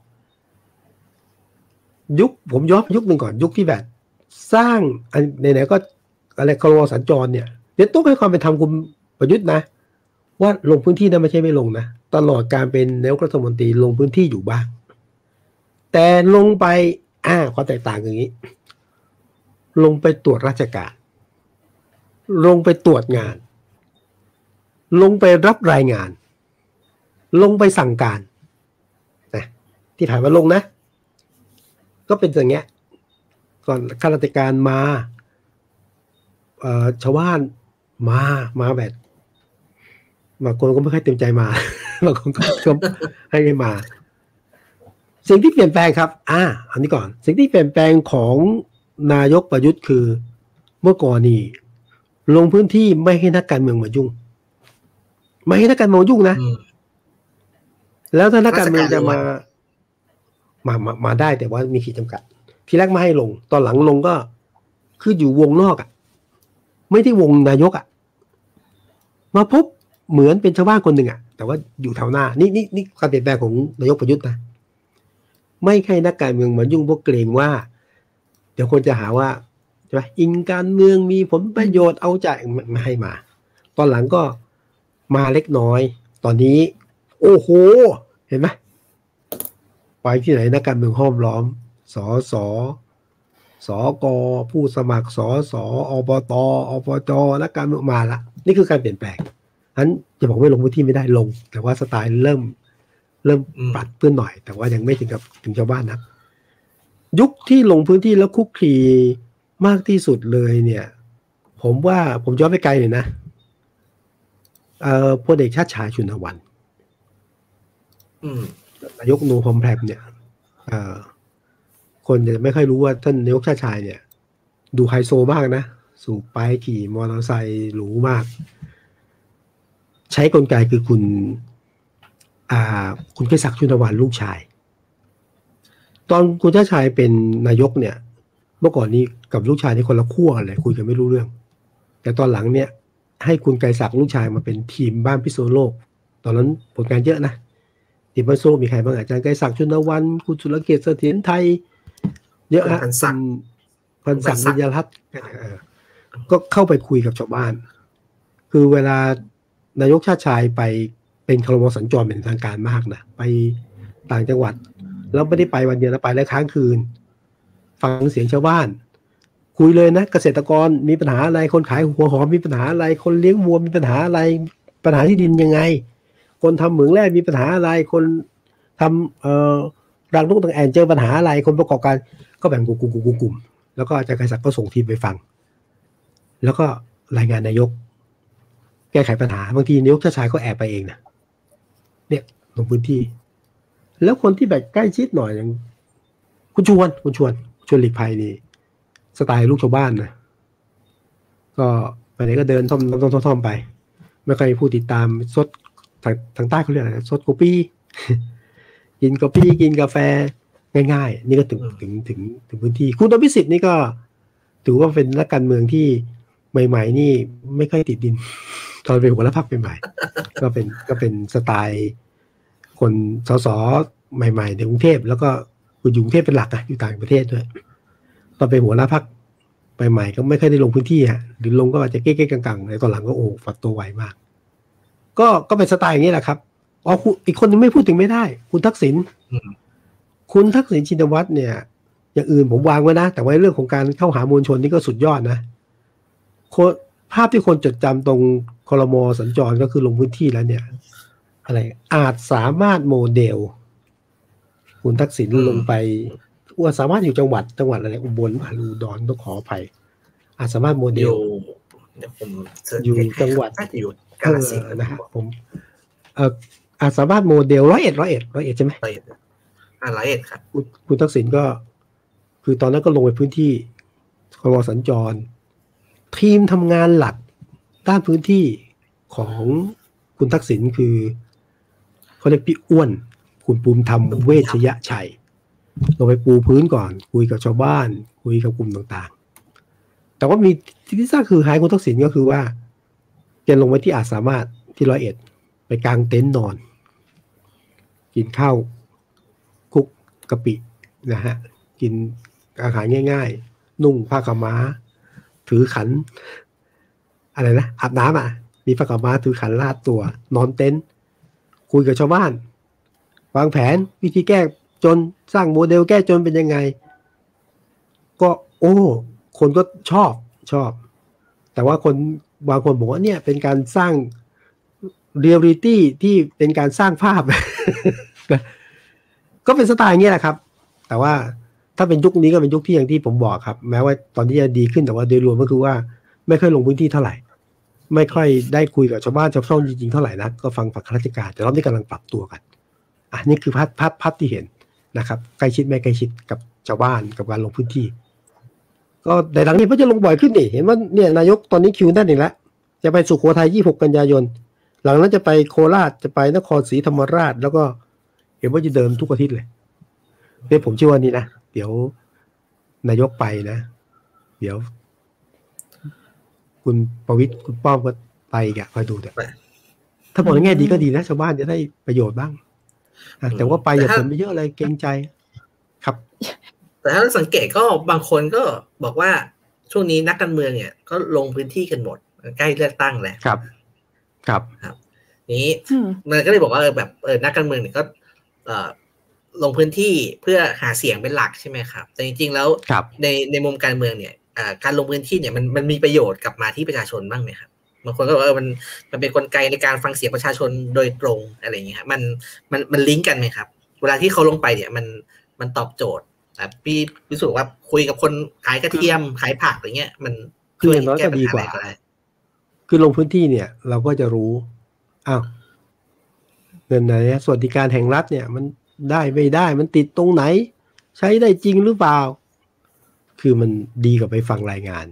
ยุคผมย้อนยุคหนึ่งก่อนยุคที่แบบสร้างไหนๆก็อะไรครม.สัญจรเนี่ยเดี๋ยวต้องให้ความเป็นธรรมคุณประยุทธ์นะว่าลงพื้นที่นั้นไม่ใช่ไม่ลงนะตลอดการเป็นนายกรัฐมนตรีลงพื้นที่อยู่บ้างแต่ลงไปอ่าความแตกต่างอย่างนี้ลงไปตรวจราชการลงไปตรวจงานลงไปรับรายงานลงไปสั่งการนะที่ผ่านมาลงนะก็เป็นอย่างเงี้ยก่อนข้าราชการมาเอ่อชาวบ้านมามาแบบบางคนก็ไม่ค่อยเต็มใจมาบางคนก็ให้ไม่มาสิ่งที่เปลี่ยนแปลงครับอ่าอันนี้ก่อนสิ่งที่เปลี่ยนแปลงของนายกประยุทธ์คือเมื่อก่อนนี่ลงพื้นที่ไม่ให้นักการเมืองมายุ่งไม่ให้นักการเมืองยุ่งนะแล้วถ้านักการเมืองจะมามามามาได้แต่ว่ามีขีดจำกัดทีแรกไม่ให้ลงตอนหลังลงก็คืออยู่วงนอกอ่ะไม่ได้วงนายกอ่ะมาพบเหมือนเป็นชาวบ้านคนหนึ่งอ่ะแต่ว่าอยู่แถวหน้านี่นี่นี่การเปลี่ยนแปลงของนายกประยุทธ์นะไม่ให้นักการเมืองมายุ่งเพราะเกรงว่าเดี๋ยวคนจะหาว่าใช่ไหมอิงการเมืองมีผลประโยชน์เอาใจไม่ให้มาตอนหลังก็มาเล็กน้อยตอนนี้โอ้โหเห็นไหมไปที่ไหนนักการเมืองห้อมล้อมสสสกผู้สมัครสสอบตอบจนักการเมืองมาละนี่คือการเปลี่ยนแปลงนั้นจะบอกไม่ลงพื้นที่ไม่ได้ลงแต่ว่าสไตล์เริ่มเริ่มปรับเพื่อนหน่อยแต่ว่ายังไม่ถึงกับถึงชาวบ้านนะยุคที่ลงพื้นที่แล้วคุกคีมากที่สุดเลยเนี่ยผมว่าผมย้อนไปไกลเลยนะเอ่อพลเอกชาติชายชุนหวันนายกนูพรหมแพรมเนี่ยเอ่อคนจะไม่ค่อยรู้ว่าท่านนายกชาติชายเนี่ยดูไฮโซมากนะสูบไปขี่มอเตอร์ไซค์หรูมากใช้กลไกคือคุณอ่าคุณเกษศักดิ์ชุนหวันลูกชายตอนคุณชาติชายเป็นนายกเนี่ยเมื่อก่อนนี้กับลูกชายนี่คนละขั้วกันเลยคุยกันไม่รู้เรื่องแต่ตอนหลังเนี่ยให้คุณไกรศักดิ์ลูกชายมาเป็นทีมบ้านพิษณุโลกตอนนั้นผลงานเยอะนะทีมบ้านพิษณุโลกมีใครบ้างอาจารย์ไกรศักดิ์ชุนหวันคุณสุรเกียรติเสถียรไทยเยอะฮะพันศักดิ์พันศักดิ์วิญญารัตน์ก็เข้าไปคุยกับชาวบ้านคือเวลานายกชาติชายไปเป็นครม.สัญจรเป็นทางการมากนะไปต่างจังหวัดแล้วไม่ได้ไปวันเดียวนะไปแล้วค้างคืนฟังเสียงชาวบ้านคุยเลยนะเกษตรกรมีปัญหาอะไรคนขายหัวหอมมีปัญหาอะไรคนเลี้ยงวัวมีปัญหาอะไรปัญหาที่ดินยังไงคนทำเหมืองแร่มีปัญหาอะไรคนทำเอ่อรังนกต่างแอ่นเจอปัญหาอะไรคนประกอบการก็แบ่งกลุ่มกลุ่มกลุ่มแล้วก็อาจารย์ไกรศักดิ์ก็ส่งทีมไปฟังแล้วก็รายงานนายกแก้ไขปัญหาบางทีนายกชาติชายก็แอบไปเองนะเนี่ยลงพื้นที่แล้วคนที่แบบใกล้ชิดหน่อยอย่างคุณชวนคุณชวนชวนหลีกภัยนี่สไตล์ลูกชาวบ้านนะก็ไปไหนก็เดินท่อมท่อมท่อมท่อมไปไม่เคยพูดติดตามซดทางทางใต้เขาเรียกอะไรซดกาแฟกินกาแฟกินกาแฟง่ายๆนี่ก็ถึงถึงถึงถึงพื้นที่คุณอภิสิทธิ์นี่ก็ถือว่าเป็นนักการเมืองที่ใหม่ๆนี่ไม่ค่อยติดดินตอนเป็นหัวหน้าพรรคใหม่ๆก็เป็นก็เป็นสไตล์คนสสใหม่ๆในกรุงเทพแล้วก็อยู่กรุงเทพเป็นหลักอะอยู่ต่างประเทศด้วยตอนเป็นหัวหน้าพรรคใหม่ๆก็ไม่ค่อยได้ลงพื้นที่ฮะหรือลงก็อาจจะเก๊กๆกังๆในตอนหลังก็โอ้ฝัดตัวไวมากก็ก็เป็นสไตล์อย่างนี้แหละครับอ๋ออีกคนนึงไม่พูดถึงไม่ได้คุณทักษิณคุณทักษิณชินวัตรเนี่ยอย่างอื่นผมวางไว้นะแต่ว่าเรื่องของการเข้าหามวลชนนี่ก็สุดยอดนะภาพที่คนจดจำตรงครม.สัญจรก็คือลงพื้นที่แล้วเนี่ยอะไรอาจสามารถโมเดลคุณทักษิณลงไปว่าสามารถอยู่จังหวัดจังหวัดอะไรอุบลอุดรต้องขออภัยอาจสามารถโมเดลเดี๋ยวผมอยู่จังหวัดอยู่กาฬสินธุ์นะครับผมเอ่ออาจสามารถโมเดลร้อยเอ็ดร้อยเอ็ดร้อยเอ็ดใช่ไหมร้อยเอ็ดอ่าร้อยเอ็ดครับคุณทักษิณก็คือตอนนั้นก็ลงไปพื้นที่ครม.สัญจรทีมทำงานหลักด้านพื้นที่ของคุณทักษิณคือเขาเรียกพี่อ้วนคุณภูมิธรรมเวชยชัยลงไปปูพื้นก่อนคุยกับชาวบ้านคุยกับกลุ่มต่างๆแต่ว่ามีที่ทราบคือหายคุณทักษิณก็คือว่าแกลงไปที่อาจสามารถที่ร้อยเอ็ดไปกางเต็นท์นอนกินข้าวคุกกะปินะฮะกินอาหารง่ายๆนุ่งผ้าขาวม้าถือขันอะไรนะอาบน้ำอ่ะมีผ้าขาวม้าถือขันลาดตัวนอนเต็นท์คุยกับชาวบ้านวางแผนวิธีแก้จนสร้างโมเดลแก้จนเป็นยังไงก็โอ้คนก็ชอบชอบแต่ว่าคนบางคนบอกว่าเนี่ยเป็นการสร้างเรียลลิตี้ที่เป็นการสร้างภาพ ก็เป็นสไตล์อย่างนี้แหละครับแต่ว่าถ้าเป็นยุคนี้ก็เป็นยุคที่อย่างที่ผมบอกครับแม้ว่าตอนนี้จะดีขึ้นแต่ว่าโดยรวมก็คือว่าไม่ค่อยลงพื้นที่เท่าไหร่ไม่ค่อยได้คุยกับชาวบ้านชาวช่องจริงๆเท่าไหร่นะก็ฟังฝั่งข้าราชการแต่รอบนี้กำลังปรับตัวกันอ่ะนี่คือภาพภาพภาพที่เห็นนะครับใกล้ชิดไม่ใกล้ชิดกับชาวบ้านกับการลงพื้นที่ก็ในหลังนี้ก็จะลงบ่อยขึ้นนี่เห็นว่าเนี่ยนายกตอนนี้คิวแน่นอีกแล้วจะไปสุโขทัยยี่สิบหกกันยายนหลังนั้นจะไปโคราชจะไปนครศรีธรรมราชแล้วก็เห็นว่าจะเดินทุกอาทิตย์เลยเดี๋ยวผมเชื่อว่านี่นะเดี๋ยวนายกไปนะเดี๋ยวคุณประวิตรคุณป้อมก็ไปอีกอ่ะคอยดูเถอะถ้าบอกในแง่ดีก็ดีนะชาวบ้านจะได้ประโยชน์บ้างแต่ว่าไปอย่าผลไปเยอะอะไรเกรงใจครับแต่ถ้าสังเกตก็บางคนก็บอกว่าช่วงนี้นักการเมืองเนี่ยก็ลงพื้นที่กันหมดใกล้เลือกตั้งแล้วครับครับครับนี้มันก็เลยบอกว่าเออแบบเออนักการเมืองเนี่ยก็เอ่อลงพื้นที่เพื่อหาเสียงเป็นหลักใช่ไหมครับแต่จริงๆแล้วในในมุมการเมืองเนี่ยการลงพื้นที่เนี่ยมันมันมีประโยชน์กลับมาที่ประชาชนบ้างไหมครับบางคนก็บอกว่าเออมันมันเป็นกลไกในการฟังเสียงประชาชนโดยตรงอะไรอย่างเงี้ยมันมันมันลิงก์กันไหมครับเวลาที่เขาลงไปเนี่ยมันมันตอบโจทย์แบบพี่รู้สึกว่าคุยกับคนขายกระเทียมขายผักอะไรเงี้ยมันช่วยแก้ปัญหาได้ก็ได้คือลงพื้นที่เนี่ยเราก็จะรู้อ้าวเงินไหนสวัสดิการแห่งรัฐเนี่ยมันได้ไม่ได้มันติดตรงไหนใช้ได้จริงหรือเปล่าคือมันดีกว่าไปฟังรายงาน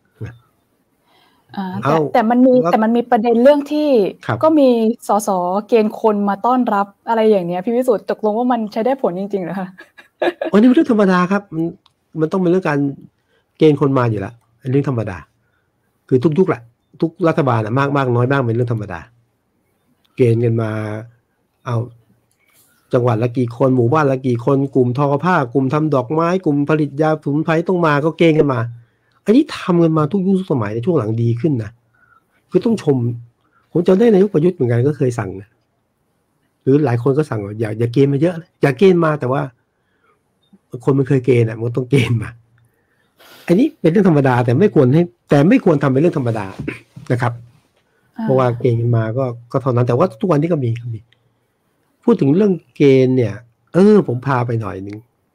แต่แต่มันมีแต่มันมีประเด็นเรื่องที่ก็มีสสเกณฑ์คนมาต้อนรับอะไรอย่างเนี้ยพี่วิสุทธิ์ตกลงว่ามันใช้ได้ผลจริงๆเหรอคะอันนี้เป็นเรื่องธรรมดาครับมันมันต้องเป็นเรื่องการเกณฑ์คนมาอยู่แล้วเป็นเรื่องธรรมดาคือทุกยุคแหละทุกรัฐบาลอะมากมากน้อยบ้างเป็นเรื่องธรรมดาเกณฑ์กันมาเอาจังหวัดละกี่คนหมู่บ้านละกี่คนกลุ่มทอผ้ากลุ่มทำดอกไม้กลุ่มผลิตยาสมุนไพรต้องมาก็เกณฑ์กันมาอันนี้ทำกันมาทุกยุคทุกสมัยในช่วงหลังดีขึ้นนะคือต้องชมผมจำได้นายกประยุทธ์เหมือนกันก็เคยสั่งนะหรือหลายคนก็สั่งว่าอย่าอย่าเกณฑ์มาเยอะอย่าเกณฑ์มาแต่ว่าคนมันเคยเกณฑ์อ่ะมันต้องเกณฑ์มาอันนี้เป็นเรื่องธรรมดาแต่ไม่ควรให้แต่ไม่ควรทำเป็นเรื่องธรรมดานะครับเพราะว่าเกณฑ์มาก็ก็เท่านั้นแต่ว่าทุกวันนี้ก็มีก็มีพูดถึงเรื่องเกณฑ์เนี่ยเออผมพาไปหน่อยนึง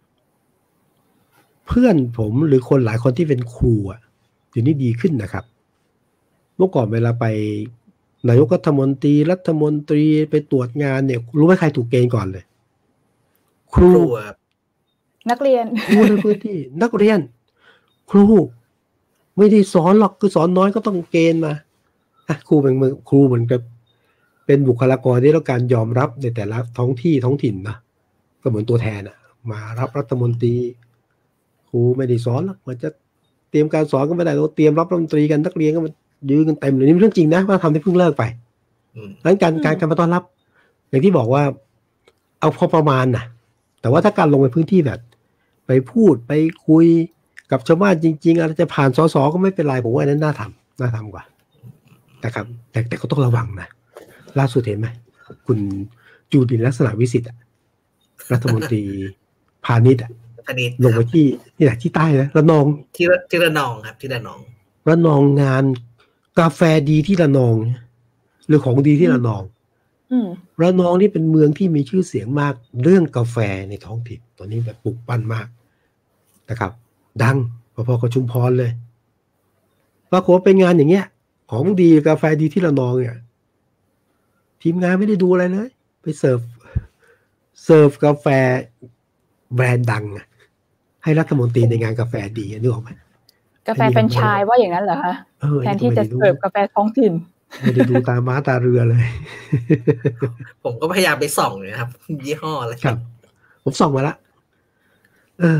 เพื่อนผมหรือคนหลายคนที่เป็นครูอ่ะเดี๋ยวนี้ดีขึ้นนะครับเมื่อก่อนเวลาไปนายกรัฐมนตรีรัฐมนตรีไปตรวจงานเนี่ยรู้ไหมใครถูกเกณฑ์ก่อนเลยครูนักเรียนครูในพื้นที่นักเรียนครูไม่ได้สอนหรอกคือสอนน้อยก็ต้องเกณฑ์มาอ่ะครูเป็นครูเหมือนกับเป็นบุคลากรที่ต้องการยอมรับในแต่ละท้องที่ท้องถิ่นนะก็เหมือนตัวแทนอะมารับรัฐมนตรีครูไม่ได้สอนหรอกมันจะเตรียมการสอนก็ไม่ได้เราเตรียมรับรัฐมนตรีกันนักเรียนก็มันยื้อกันเต็มเลยนี่เป็นเรื่องจริงนะว่าทำที่เพิ่งเลิกไปดังนั้นการการการมาต้อนรับอย่างที่บอกว่าเอาพอประมาณนะแต่ว่าถ้าการลงไปพื้นที่แบบไปพูดไปคุยกับชาวบ้านจริงๆอาจจะผ่านสสก็ไม่เป็นไรผมว่านั้นน่าทำน่าทำกว่านะครับแต่แต่ก็ต้องระวังนะล่าสุดเห็นไหมคุณจูดินลักษณะวิสิทธิ์รัฐมนตรีพาณิชย์ลงไปที่ที่ไหนที่ใต้นะระนองที่ที่ระนองครับที่ระนองระนองงานกาแฟดีที่ระนองหรือของดีที่ระนองระนองนี่เป็นเมืองที่มีชื่อเสียงมากเรื่องกาแฟในท้องถิ่นตอนนี้แบบปลุกปั้นมากนะครับดังพอๆกับชุมพรเลยปรากฏว่าเป็นงานอย่างเงี้ยของดีกาแฟดีที่ระนองเนี่ยทีมงานไม่ได้ดูอะไรเลยไปเสิร์ฟเสิร์ฟกาแฟแบรนด์ดังให้รัฐมนตรีในงานกาแฟดีนึกออกไหมกาแฟเป็นชายว่าอย่างนั้นเหรอคะแทนที่จะเสิร์ฟกาแฟท้องถิ่นไม่ได้ดูตาม้าตาเรือเลยผมก็พยายามไปส่องเลยครับยี่ห้ออะไรครับผมส่องมาละเออ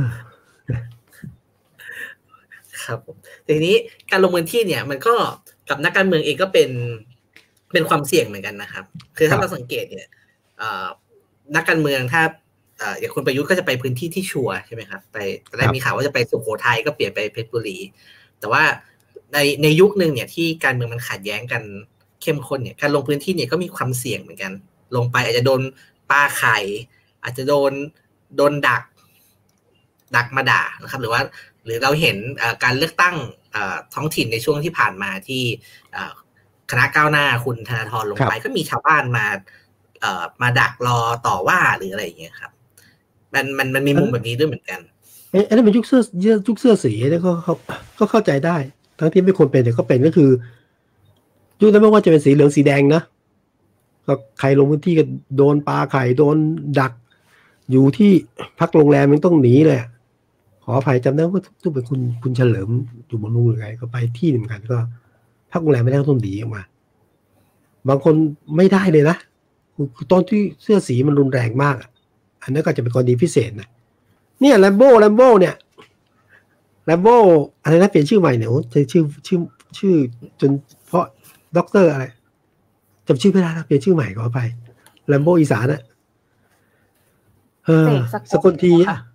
ครับผมทีนี้การลงพื้นที่เนี่ยมันก็กับนักการเมืองเองก็เป็นเป็นความเสี่ยงเหมือนกันนะครับคือถ้าเราสังเกตเนี่ยนักการเมืองถ้าอย่างคุณประยุทธ์ก็จะไปพื้นที่ที่ชัวร์ใช่ไหมครับไปตอนแรกมีข่าวว่าจะไปสุโขทัยก็เปลี่ยนไปเพชรบุรีแต่ว่าในในยุคนึงเนี่ยที่การเมืองมันขัดแย้งกันเข้มข้นเนี่ยการลงพื้นที่เนี่ยก็มีความเสี่ยงเหมือนกันลงไปอาจจะโดนปาไข่อาจจะโดนโดนดักดักมาด่านะครับหรือว่าหรือเราเห็นการเลือกตั้งท้องถิ่นในช่วงที่ผ่านมาที่คณะก้าวหน้าคุณธนาธรลงไปก็มีชาวบ้านมามาดักรอต่อว่าหรืออะไรอย่างเงี้ยครับมันมันมันมีมุมแบบนี้ด้วยเหมือนกันเอ๊ะอันนี้เป็นยุคเสื้อยุคเสื้อสีแล้วก็เขาก็เข้าใจได้ทั้งที่ไม่ควรเป็นแต่ก็เป็นก็คือยุคนั้นไม่ว่าจะเป็นสีเหลืองสีแดงนะก็ใครลงพื้นที่ก็โดนปลาไข่โดนดักอยู่ที่พักโรงแรมมันต้องหนีเลยขออภัยจำได้ว่าทุกเป็นคุณคุณเฉลิมอยู่บนนู่นหรือไงก็ไปที่เหมือนกันก็พักโรงแรมไม่ได้ก็ต้องหนีออกมาบางคนไม่ได้เลยนะตอนที่เสื้อสีมันรุนแรงมากอันนั้นก็จะเป็นกรณีพิเศษนะเนี่ยแลมโบ้แลมโบ้เนี่ยแลมโบ้อะไรนะเปลี่ยนชื่อใหม่เนี่ยโอ้จะชื่อชื่อชื่อจนเพราะด็อกเตอร์อะไรจำชื่อไม่ได้แล้วเปลี่ยนชื่อใหม่ขอไปแลมโบ้อีสานอะเออสกลที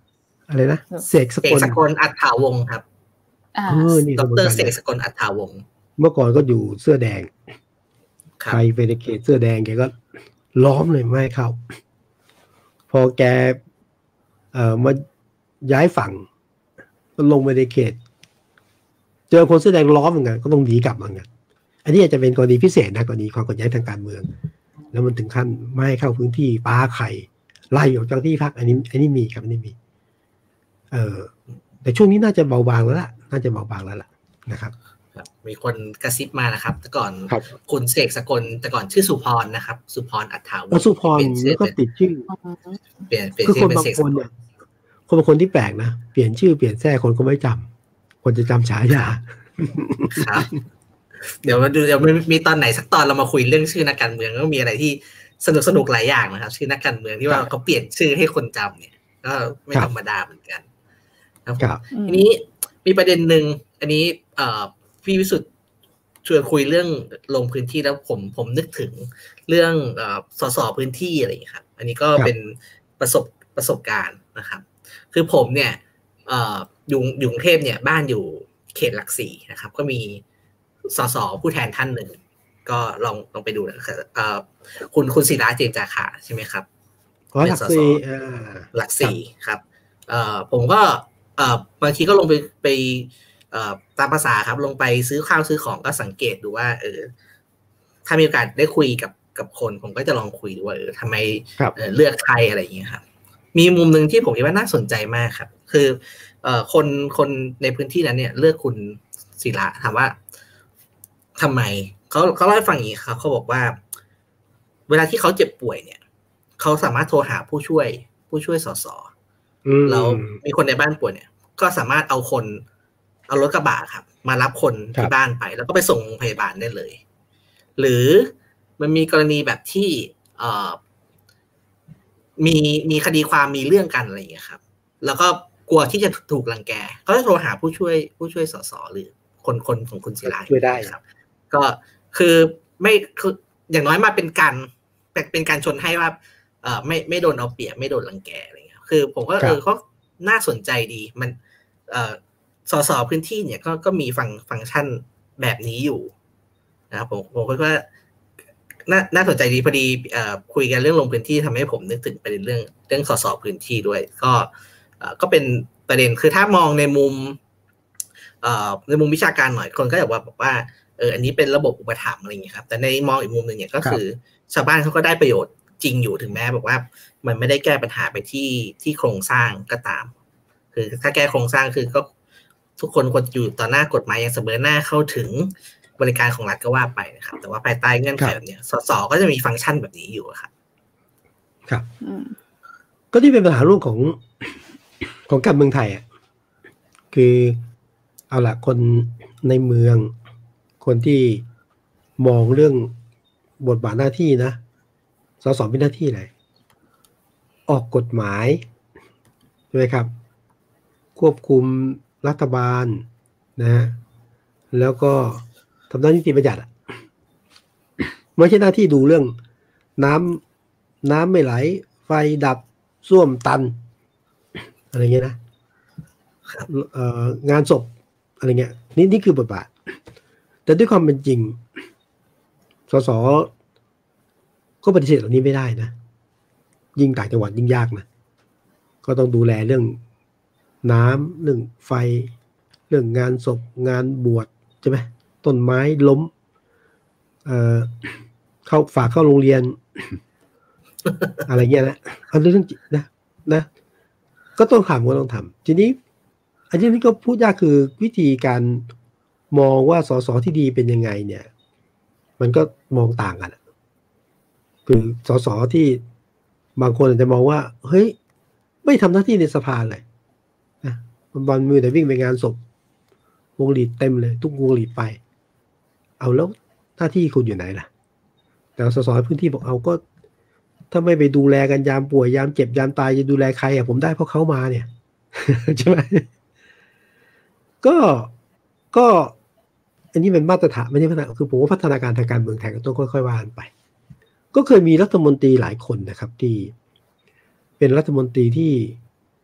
อะไรนะเสกสเสกกลสกลอัฏฐาวงศ์ครับอ่าเออนี่ดก็เหมือนรกันเสกสกลอัฏฐาวงศ์เมื่อก่อนก็อยู่เสื้อแดงครัใคบรไปในเขตเสื้อแดงแกก็ล้อมเลยไม่ให้เข้าพอแกเอ่อมาย้ายฝั่งก็ลงไปในเขตเจอคนเสื้อแดงล้อมเหมือนกันก็ต้องหนีกลับเหมือนกันอันนี้อาจจะเป็นกรณีพิเศษนะกรณีความขัดแย้งทางการเมืองแล้วมันถึงขั้นไม่ให้เข้าพื้นที่ปาไข่ไล่ออกจากที่พักอันนี้อันนี้มีครับอันนี้มีเออแต่ช่วงนี้น่าจะเบาบางแล้วล่ะน่าจะเบาบางแล้วล่ะนะครับมีคนกระซิบมานะครับแต่ก่อนครับคุณเสกสกลแต่ก่อนชื่อสุพรนะครับสุพรอัฏฐาวงแล้วศ์สุพรเปลี่ยนชื่แล้อวก็เป็นติดชื่อเปลี่ยนเปลี่ยนคือชื่คอน เป็นบางเสกคสนกลเนี่ยคนบางคนที่แปลกนะเปลี่ยนชื่อเปลี่ยนแท้คนก็ไม่จำคนจะจำฉายาครับเดี๋ยวมาดูเดี๋ยวมีตอนไหนสักตอนเรามาคุยเรื่องชื่อนักการเมืองก็มีอะไรที่สนุกสนุกหลายอย่างนะครับชื่อนักการเมืองที่ว่าเขาเปลี่ยนชื่อให้คนจำเนี่ยก็ไม่ธรรมดาเหมือนกันนะครับทีนี้มีประเด็นหนึ่งอันนี้เอ่อพี่วิสุทธิ์ชวนคุยเรื่องลงพื้นที่แล้วผมผมนึกถึงเรื่องเอ่อสสพื้นที่อะไรอย่างนี้ครับอันนี้ก็เป็นประสบประสบการณ์นะครับคือผมเนี่ยเอ่ออยู่อยู่กรุงเทพเนี่ยบ้านอยู่เขตหลักสี่นะครับก็มีสสผู้แทนท่านหนึ่งก็ลองลองไปดูนะครับเอ่อคุณคุณศิระเจนจาคะใช่ไหมครับอ๋อหลักสี่หลักสี่ครับเอ่อผมก็เอ่อบางทีก็ลงไปไปเอ่อตามภาษาครับลงไปซื้อข้าวซื้อของก็สังเกตดูว่าเออถ้ามีโอกาสได้คุยกับกับคนผมก็จะลองคุยดูว่าเออทำไมเอ่อเลือกใครอะไรอย่างเงี้ยครับมีมุมหนึ่งที่ผมคิดว่าน่าสนใจมากครับคือเอ่อคนคนในพื้นที่นั้นเนี่ยเลือกคุณศิระถามว่าทำไมเขาเขาเล่าให้ฟังอย่างนี้ครับเขาบอกว่าเวลาที่เขาเจ็บป่วยเนี่ยเขาสามารถโทรหาผู้ช่วยผู้ช่วยสสแล้วมีคนในบ้านป่วยเนี่ยก็สามารถเอาคนเอารถกระบะครับมารับคนที่บ้านไปแล้วก็ไปส่งโรงพยาบาลได้เลยหรือมันมีกรณีแบบที่เอ่อมีมีคดีความมีเรื่องกันอะไรอย่างเงี้ยครับแล้วก็กลัวที่จะถูกรังแกเขาจะโทรหาผู้ช่วยผู้ช่วยสสหรือคนคนของคุณศิระช่วยได้ครับก็คือไม่คืออย่างน้อยมาเป็นการเป็นการชนให้ว่าเอ่อไม่ไม่โดนเอาเปรียบไม่โดนรังแกอะไรเงี้ยคือผมก็เออเขาน่าสนใจดีมันเอ่อสสพื้นที่เนี่ยก็ก็มีฟังฟังก์ชันแบบนี้อยู่นะครับผมผมคิดว่าน่าน่าสนใจดีพอดีเอ่อคุยกันเรื่องลงพื้นที่ทำให้ผมนึกถึงประเด็นเรื่องเรื่องสสพื้นที่ด้วยก็เอ่อก็เป็นประเด็นคือถ้ามองในมุมเอ่อในมุมวิชาการหน่อยคนก็จะบอกว่าเอออันนี้เป็นระบบอุปถัมภ์อะไรอย่างเงี้ยครับแต่ในมองอีกมุมนึงเนี่ยก็คือชาวบ้านเขาก็ได้ประโยชน์จริงอยู่ถึงแม้บอกว่ามันไม่ได้แก้ปัญหาไปที่ที่โครงสร้างก็ตามคือถ้าแก้โครงสร้างคือก็ทุกคนควรอยู่ต่อหน้ากฎหมายอย่างเสมอหน้าเข้าถึงบริการของรัฐก็ว่าไปนะครับแต่ว่าภายใต้เงื่อนไขแบบนี้สสก็จะมีฟังก์ชันแบบนี้อยู่ครับครับก็ที่เป็นปัญหาเรื่องของของการเมืองไทยอ่ะคือเอาล่ะคนในเมืองคนที่มองเรื่องบทบาทหน้าที่นะสสเป็นหน้าที่อะไรออกกฎหมายใช่ไหมครับควบคุมรัฐบาลนะฮะแล้วก็ทำหน้าที่นิติบัญญัติอ่ะไม่ใช่หน้าที่ดูเรื่องน้ำน้ำไม่ไหลไฟดับส้วมตันอะไรเงี้ยนะเอ่องานศพอะไรเงี้ยนี่นี่คือบทบาทแต่ด้วยความเป็นจริงสสก็ปฏิเสธเหล่านี้ไม่ได้นะยิ่งต่างจังหวัดยิ่งยากนะก็ต้องดูแลเรื่องน้ำเรื่องไฟเรื่องงานศพงานบวชใช่ไหมต้นไม้ล้มเอ่อเข้าฝากเข้าโรงเรียน อะไรเงี้ยนะอันนี้เรื่องนะนะก็ต้องทำก็ต้องทำทีนี้อันนี้ก็พูดยากคือวิธีการมองว่าสสที่ดีเป็นยังไงเนี่ยมันก็มองต่างกันคือสสที่บางคนอาจจะมองว่าเฮ้ยไม่ทำหน้าที่ในสภาเลยนะบอลมือแต่วิ่งไปงานศพวงหลีดเต็มเลยทุกวงหลีดไปเอาแล้วหน้าที่คุณอยู่ไหนล่ะแต่สสพื้นที่บอกเอาก็ถ้าไม่ไปดูแลกันยามป่วยยามเจ็บยามตายจะดูแลใครอ่ะผมได้เพราะเขามาเนี่ยใช่ไหมก็ก็อันนี้เป็นมาตรฐานไม่ใช่มาตรฐานคือผมว่าพัฒนาการทางการเมืองไทยก็ต้องค่อยๆว่ากันไปก็เคยมีรัฐมนตรีหลายคนนะครับที่เป็นรัฐมนตรีที่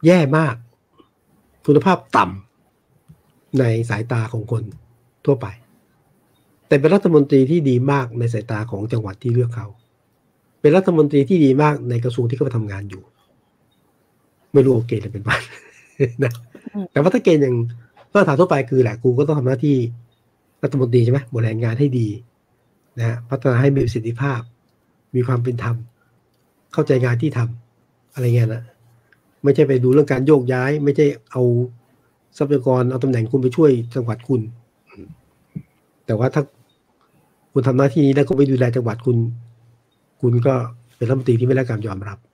แย่มากคุณภาพต่ำในสายตาของคนทั่วไปแต่เป็นรัฐมนตรีที่ดีมากในสายตาของจังหวัดที่เลือกเขาเป็นรัฐมนตรีที่ดีมากในกระทรวงที่เขาไปทำงานอยู่ไม่รู้โอเคหรือเป็นบ้านนะแต่ว่าถ้าเกณฑ์อย่างมาตรฐานทั่วไปคือแหละกูก็ต้องทำหน้าที่รัฐมนตรีใช่ไหมบริหารงานให้ดีนะพัฒนาให้มีประสิทธิภาพมีความเป็นธรรมเข้าใจงานที่ทำอะไรเงี้ยนะไม่ใช่ไปดูเรื่องการโยกย้ายไม่ใช่เอาทรัพยากรเอาตำแหน่งคุณไปช่วยจังหวัดคุณแต่ว่าถ้าคุณทำหน้าที่นี้แล้วก็ไปดูแลจังหวัดคุณคุณก็เป็นรัฐมนตรีที่ไม่ได้การยอมรับ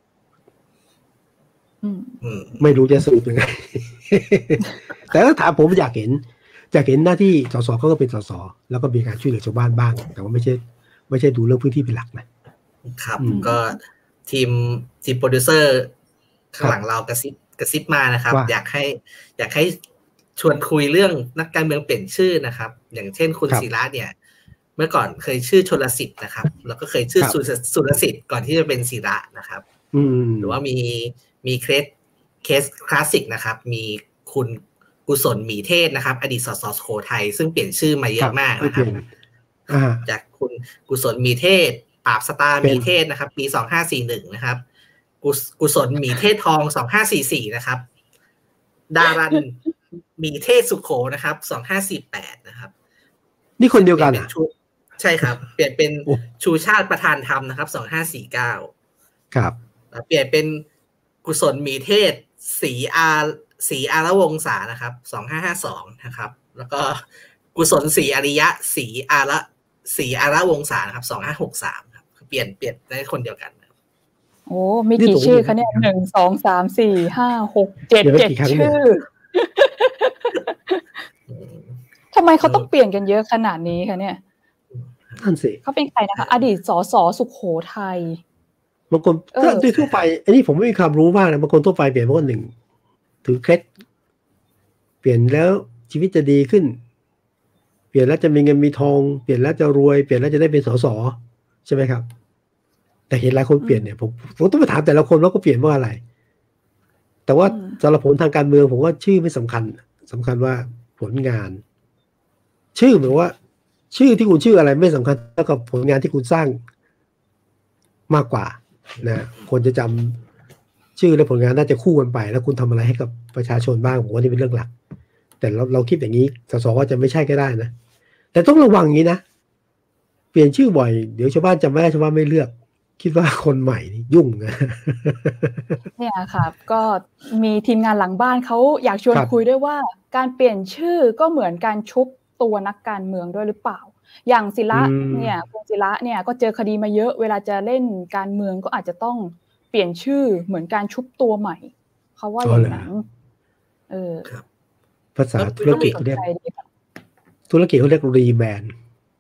ไม่รู้จะสรุปยังไง แต่ถ้าถามผมอยากเห็นอยากเห็นหน้าที่สสเขาก็เป็นสสแล้วก็มีการช่วยเหลือชาวบ้านบ้างแต่ว่าไม่ใช่ไม่ใช่ดูเรื่องพื้นที่เป็นหลักนะครับก็ทีมทีมโปรดิวเซอร์ข้างหลังเรากระซิบกระซิบมานะครับอยากให้อยากให้ชวนคุยเรื่องนักการเมืองเปลี่ยนชื่อนะครับอย่างเช่นคุณศิระเนี่ยเมื่อก่อนเคยชื่อชลสิทธิ์นะครับแล้วก็เคยชื่อสุรสิทธิ์ก่อนที่จะเป็นศิระนะครับหรือว่ามีมีเคสเคสคลาสสิกนะครับมีคุณกุศลหมีเทศนะครับอดีตสสสุโขทัยซึ่งเปลี่ยนชื่อมาเยอะมากนะครับจากคุณกุศลหมีเทศปราบสตาร์หมีเทศนะครับปีสองห้าสี่หนึ่งนะครับกุศลหมีเทศทองสองห้าสี่สี่นะครับดารันหมีเทศสุโขนะครับสองห้าสี่แปดนะครับนี่คนเดียวกันอ่ะใช่ครับเปลี่ยนเป็นชูชาติประธานธรรมนะครับสองห้าสี่เก้าครับเปลี่ยนเป็นกุศลหมีเทศศรีอาศรีอารวงศานะครับสองห้าห้าสองนะครับแล้วก็กุศลศรีอริยะศรีอาระศรีอารวงศานะครับสองห้าหกสามครับเปลี่ยนเปลี่ยนได้คนเดียวกันโอ้มีกี่ชื่อคะเนี่ยหนึ่งสองสามสี่ห้าหกเจ็ดเจ็ดชื่อทำไมเขาต้องเปลี่ยนกันเยอะขนาดนี้คะเนี่ยนั่นสิเขาเป็นใครนะคะอดีตสสสุโขทัยบางคนก็โดยทั่วไปอันนี้ผมไม่มีความรู้มากนะบางคนทั่วไปเปลี่ยนเพราะว่าหนึ่งถือเคล็ดเปลี่ยนแล้วชีวิตจะดีขึ้นเปลี่ยนแล้วจะมีเงินมีทองเปลี่ยนแล้วจะรวยเปลี่ยนแล้วจะได้เป็นสสใช่ไหมครับแต่เห็นหลายคนเปลี่ยนเนี่ยผมผมต้องไปถามแต่ละคนว่าก็เปลี่ยนเพราะอะไรแต่ว่าสำหรับผลทางการเมืองผมว่าชื่อไม่สำคัญสำคัญว่าผลงานชื่อหมายว่าชื่อที่คุณชื่ออะไรไม่สำคัญเท่ากับผลงานที่คุณสร้างมากกว่านะคนจะจำชื่อและผลงานน่าจะคู่กันไปแล้วคุณทำอะไรให้กับประชาชนบ้างผมว่านี่เป็นเรื่องหลักแต่เราเราคิดอย่างนี้สสก็จะไม่ใช่ก็ได้นะแต่ต้องระวังอย่างนี้นะเปลี่ยนชื่อบ่อยเดี๋ยวชาวบ้านจำไม่ได้ชาวบ้านไม่เลือกคิดว่าคนใหม่นี่ยุ่งนะเนี่ยค่ะก็มีทีมงานหลังบ้านเขาอยากชวนคุยด้วยว่าการเปลี่ยนชื่อก็เหมือนการชุบตัวนักการเมืองด้วยหรือเปล่าอย่างศิระเนี่ยคุณศิระเนี่ยก็เจอคดีมาเยอะเวลาจะเล่นการเมืองก็อาจจะต้องเปลี่ยนชื่อเหมือนการชุบตัวใหม่เขาว่าอย่างนั้นเออภาษาธุรกิจเขาเรียกธุรกิจเขาเรียกรีแบรนด์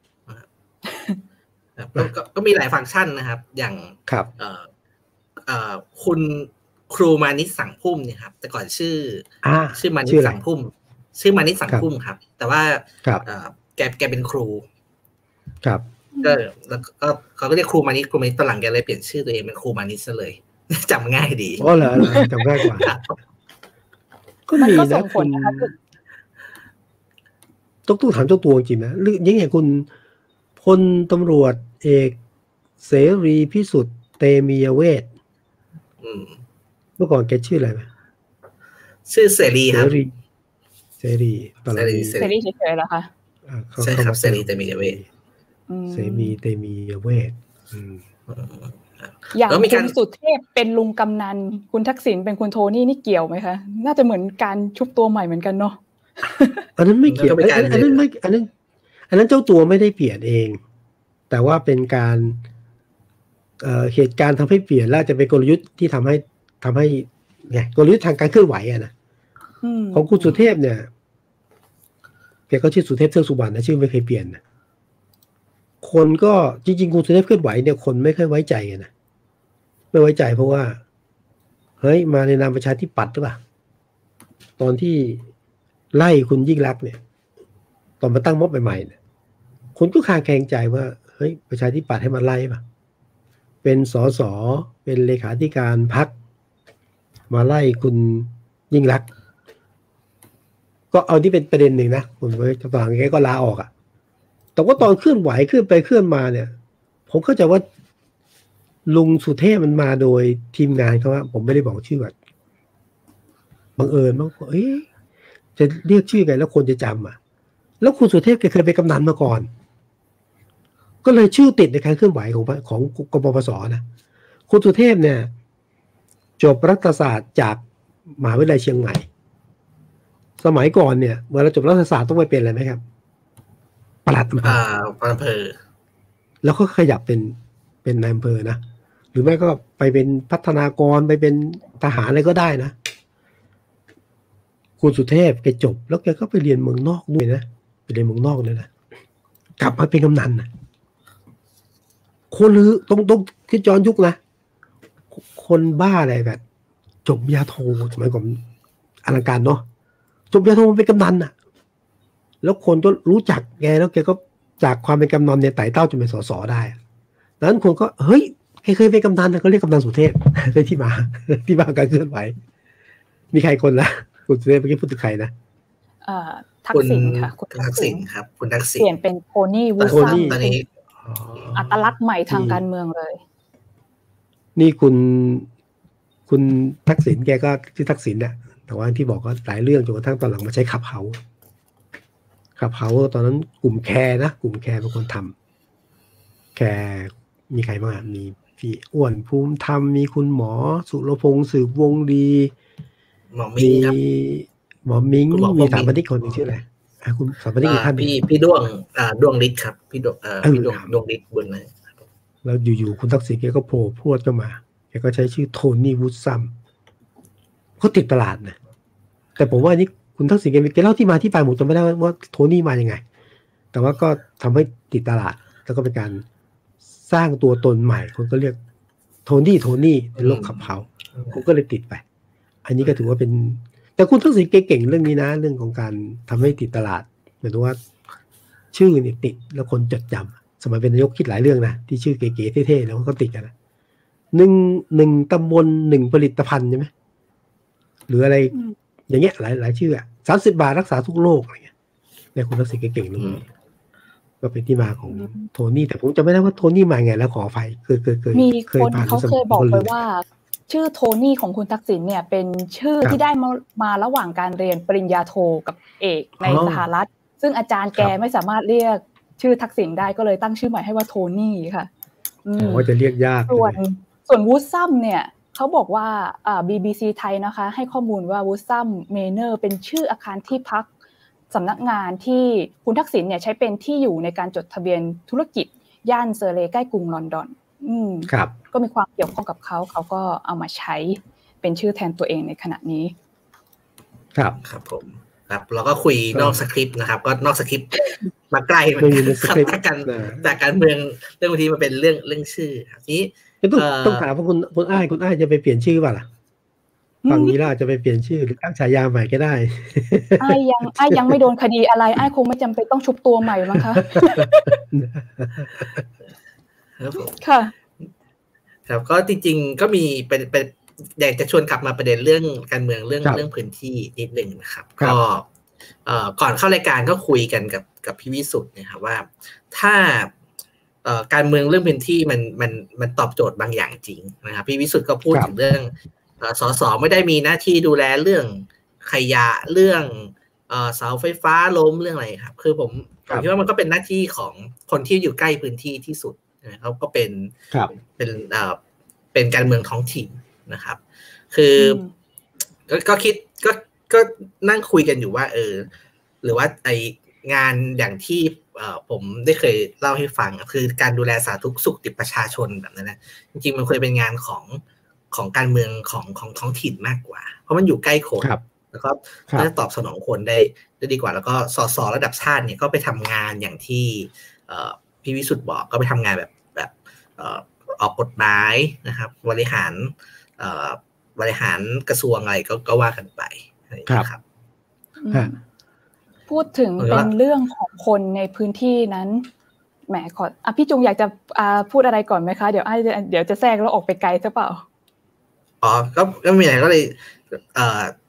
ก็มีหลายฟังก์ชันนะครับอย่างครับเอ่อเอ่อคุณครูมานิชสังพุ่มเนี่ยครับแต่ก่อนชื่อชื่อมานิชสังพุ่มชื่อมานิชสังพุ่มครับแต่ว่าแกแกเป็นครูครับก็แล้วก็เขาก็เรียกครูมานิชครูมานิชตอนหลังแกเลยเปลี่ยนชื่อตัวเองเป็นครูมานิชซะเลยจำง่ายดีอ๋อเหรอจำง่ายกว่าก็มีนะคุณต้องตู้ถามเจ้าตัวจริงนะหรือยังไงคุณพลตำรวจเอกเสรีพิสุทธิ์เตมียเวทเมื่อก่อนแกชื่ออะไรไหมชื่อเสรีครับเสรีเสรีเสรีเฉยๆเหรอคะใช่ครับเสรีเตมียเวทเสรีเตมียเวทอย่างคุณสุเทพเป็นลุงกำนันคุณทักษิณเป็นคุณโทนี่นี่เกี่ยวไหมคะน่าจะเหมือนการชุบตัวใหม่เหมือนกันเนาะอันนั้นไม่เกี่ยวอันนั้นไม่อันนั้นอันนั้นเจ้าตัวไม่ได้เปลี่ยนเองแต่ว่าเป็นการเอ่อเหตุการณ์ทำให้เปลี่ยนแล้วจะเป็นกลยุทธ์ที่ทำให้ทำให้ไงกลยุทธ์ทางการเคลื่อนไหวอะนะของคุณสุเทพเนี่ยแกก็ชื่อสุเทพเทือกสุบรรณนะชื่อไม่เคยเปลี่ยนนะคนก็จริงๆคุณสุเทพเคลื่อนไหวเนี่ยคนไม่ค่อยไว้ใจกันนะไม่ไว้ใจเพราะว่าเฮ้ยมาในนามประชาธิปัตย์หรือเปล่าตอนที่ไล่คุณยิ่งลักษณ์เนี่ยตอนมาตั้งม็อบใหม่ๆเนี่ยคนก็คางแคลงใจว่าเฮ้ยประชาธิปัตย์ให้มาไล่ป่ะเป็นสสเป็นเลขาธิการพรรคมาไล่คุณยิ่งรักก็เอาที่เป็นประเด็นหนึ่งนะคุณไว้ตอนแกก็ลาออกอ่ะแต่ว่าตอนเคลื่อนไหวเคลื่อนไปเคลื่อนมาเนี่ยผมเข้าใจว่าลุงสุเทพมันมาโดยทีมงานเขาว่าผมไม่ได้บอกชื่อแบบบังเอิญมั้งเอ้ยจะเรียกชื่อไงแล้วคนจะจำอ่ะแล้วคุณสุเทพแกเคยเป็นกำนันมาก่อนก็เลยชื่อติดในการเคลื่อนไหวของของกปปสนะคุณสุเทพเนี่ยจบรัฐศาสตร์จากมหาวิทยาลัยเชียงใหม่สมัยก่อนเนี่ยเมื่อเราจบรัฐศาสตร์ต้องไปเป็นอะไรไหมครับปลัดอำเภออ่าปลัดอำเภอแล้วก็ขยับเป็นเป็นนายอำเภอนะหรือไม่ก็ไปเป็นพัฒนากรไปเป็นทหารอะไรก็ได้นะคุณสุเทพแกจบแล้วแกก็ไปเรียนเมืองนอกด้วยนะไปเรียนเมืองนอกเลยนะกลับมาเป็นกำนันนะคนหรือต้องต้องคิดย้อนยุคนะคนบ้าอะไรแบบจบปริญญาโทสมัยก่อนอลังการเนาะจบปริญญาโทเป็นกำนันน่ะแล้วคนก็รู้จักแกแล้วแกก็จากความเป็นกำนันเนี่ยไต่เต้าจนเป็นสสได้ดังนั้นคนก็เฮ้ยใครเคยเป็นกำนันนะก็เรียกกำนันสุเทพเป็นที่มาที่มาการเคลื่อนไหวมีใครคนละคุณสุเทพเมื่อกี้พูดถึงใครนะเอ่อทักษิณค่ะคุณทักษิณครับคุณทักษิณเปลี่ยนเป็นโทนี่วูดซัมตอนนี้อัตลักษณ์ใหม่ทางการเมืองเลยนี่คุณคุณทักษิณแกก็ที่ทักษิณเนี่ยแต่ว่าที่บอกก็หลายเรื่องจนกระทั่งตอนหลังมาใช้ขับเฮาขับเฮาตอนนั้นกลุ่มแคร์นะกลุ่มแคร์เป็นคนทำแคร์มีใครบ้างมีพี่อ้วนภูมิธรรมมีคุณหมอสุรพงษ์สืบวงศ์ดีหมอมิ้งครับหมอมิ้งมีสถาปนิกคนหนึ่งชื่ออะไรคุณสถาปนิกท่านพี่พี่ด้วงอ่าด้วงฤทธิ์ครับพี่ดวงเอ่อพี่ดวงดวงฤทธิ์บุญนะแล้วอยู่ๆคุณทักษิณแกก็โผล่พรวดเข้ามาแกก็ใช้ชื่อโทนี่วูดซัมเขาติดตลาดนะแต่ผมว่านี่คุณทักษิณแกเล่าที่มาที่ไปผมจำไม่ได้ว่าโทนี่มายังไงแต่ว่าก็ทำให้ติดตลาดแล้วก็เป็นการสร้างตัวตนใหม่คนก็เรียกโทนี่โทนี่ในโลกขับเฮาผมก็เลยติดไปอันนี้ก็ถือว่าเป็นแต่คุณทักษิณเก่งเรื่องนี้นะเรื่องของการทำให้ติดตลาดหมายถึงว่าชื่อเนี่ยติดแล้วคนจดจำสมัยเป็นนายกคิดหลายเรื่องนะที่ชื่อเก๋ๆเท่ๆแล้วก็ติดกันนะหนึ่งหนึ่งตำบลหนึ่งผลิตภัณฑ์ใช่ไหมหรืออะไรอย่างเงี้ยหลายหลายชื่ออ่ะสามสิบบาทรักษาทุกโรคอะไรเงี้ยเนี่ยคุณทักษิณเก่งๆเรื่องนี้ก็เป็นที่มาของโทนี่แต่ผมจำไม่ได้ว่าโทนี่มาไงแล้วขอไฟเคยเคยเคยมีคนเขาเคยบอกไปว่าชื่อโทนี่ของคุณทักษิณเนี่ยเป็นชื่อที่ได้มามาระหว่างการเรียนปริญญาโทกับเอกในสหรัฐซึ่งอาจารย์แกไม่สามารถเรียกชื่อทักษิณได้ก็เลยตั้งชื่อใหม่ให้ว่าโทนี่ค่ะอ๋อจะเรียกยากส่วนส่วนวูดซัมเนี่ยเขาบอกว่าอ่า บี บี ซี ไทยนะคะให้ข้อมูลว่าวูดซัมเมเนอร์เป็นชื่ออาคารที่พักสำนักงานที่คุณทักษิณเนี่ยใช้เป็นที่อยู่ในการจดทะเบียนธุรกิจย่านเซอร์เลย์ใกล้กรุงลอนดอนอืมครับก็มีความเกี่ยวข้องกับเขาเขาก็เอามาใช้เป็นชื่อแทนตัวเองในขณะนี้ครับครับผมครับเราก็คุยนอกสคริปต์นะครับก็นอกสคริปต์มาใกล้เหมือนกันจากการจากการเมืองเรื่องบางทีมาเป็นเรื่องเรื่องชื่อครับนี้ต้องต้องถามว่าคุณคุณอ้ายคุณอ้ายจะไปเปลี่ยนชื่อป่ะล่ะฝั่งนี้ล่ะจะไปเปลี่ยนชื่อหรือตั้งฉายาใหม่ก็ได้อ้ายยังอ้ายยังไม่โดนคดีอะไรอ้ายคงไม่จำเป็นต้องชุบตัวใหม่มั้งคะค่ะครับก็จริงๆก็มีเป็นเป็นอยากจะชวนกลับมาประเด็นเรื่องการเมืองเรื่องเรื่องพื้นที่นิดนึงนะครับก็ก่อนเข้ารายการก็คุยกันกับกับพี่วิสุทธิ์นะครับว่าถ้าการเมืองเรื่องพื้นที่มันมันมันตอบโจทย์บางอย่างจริงนะครับพี่วิสุทธิ์ก็พูดถึงเรื่องสสไม่ได้มีหน้าที่ดูแลเรื่องขยะเรื่องเสาไฟฟ้าล้มเรื่องอะไรครับคือผมผมคิดว่ามันก็เป็นหน้าที่ของคนที่อยู่ใกล้พื้นที่ที่สุดเขาก็เป็นเป็นเป็นการเมืองท้องถิ่นนะครับคือก็คิดก็ก็นั่งคุยกันอยู่ว่าเออหรือว่าไองานอย่างที่ผมได้เคยเล่าให้ฟังคือการดูแลสาธารณสุขติดประชาชนแบบนั้นนะจริงๆมันเคยเป็นงานของของการเมืองของของท้องถิ่นมากกว่าเพราะมันอยู่ใกล้คนแล้วก็น่าจะตอบสนองคนได้ได้ดีกว่าแล้วก็สสระดับชาติเนี่ยก็ไปทำงานอย่างที่พี่วิสุทธิ์บอกก็ไปทำงานแบบแบบออกกฎหมายนะครับบริหารบริหารกระทรวงอะไรก็ก็ว่ากันไปครับพูดถึงเป็นเรื่องของคนในพื้นที่นั้นแหมขออ่ะพี่จุงอยากจะอ่าพูดอะไรก่อนไหมคะเดี๋ยวอ้ายเดี๋ยวจะแทรกแล้วออกไปไกลซะเปล่าอ๋อก็ก็มีอะไรก็เลยเอ่อ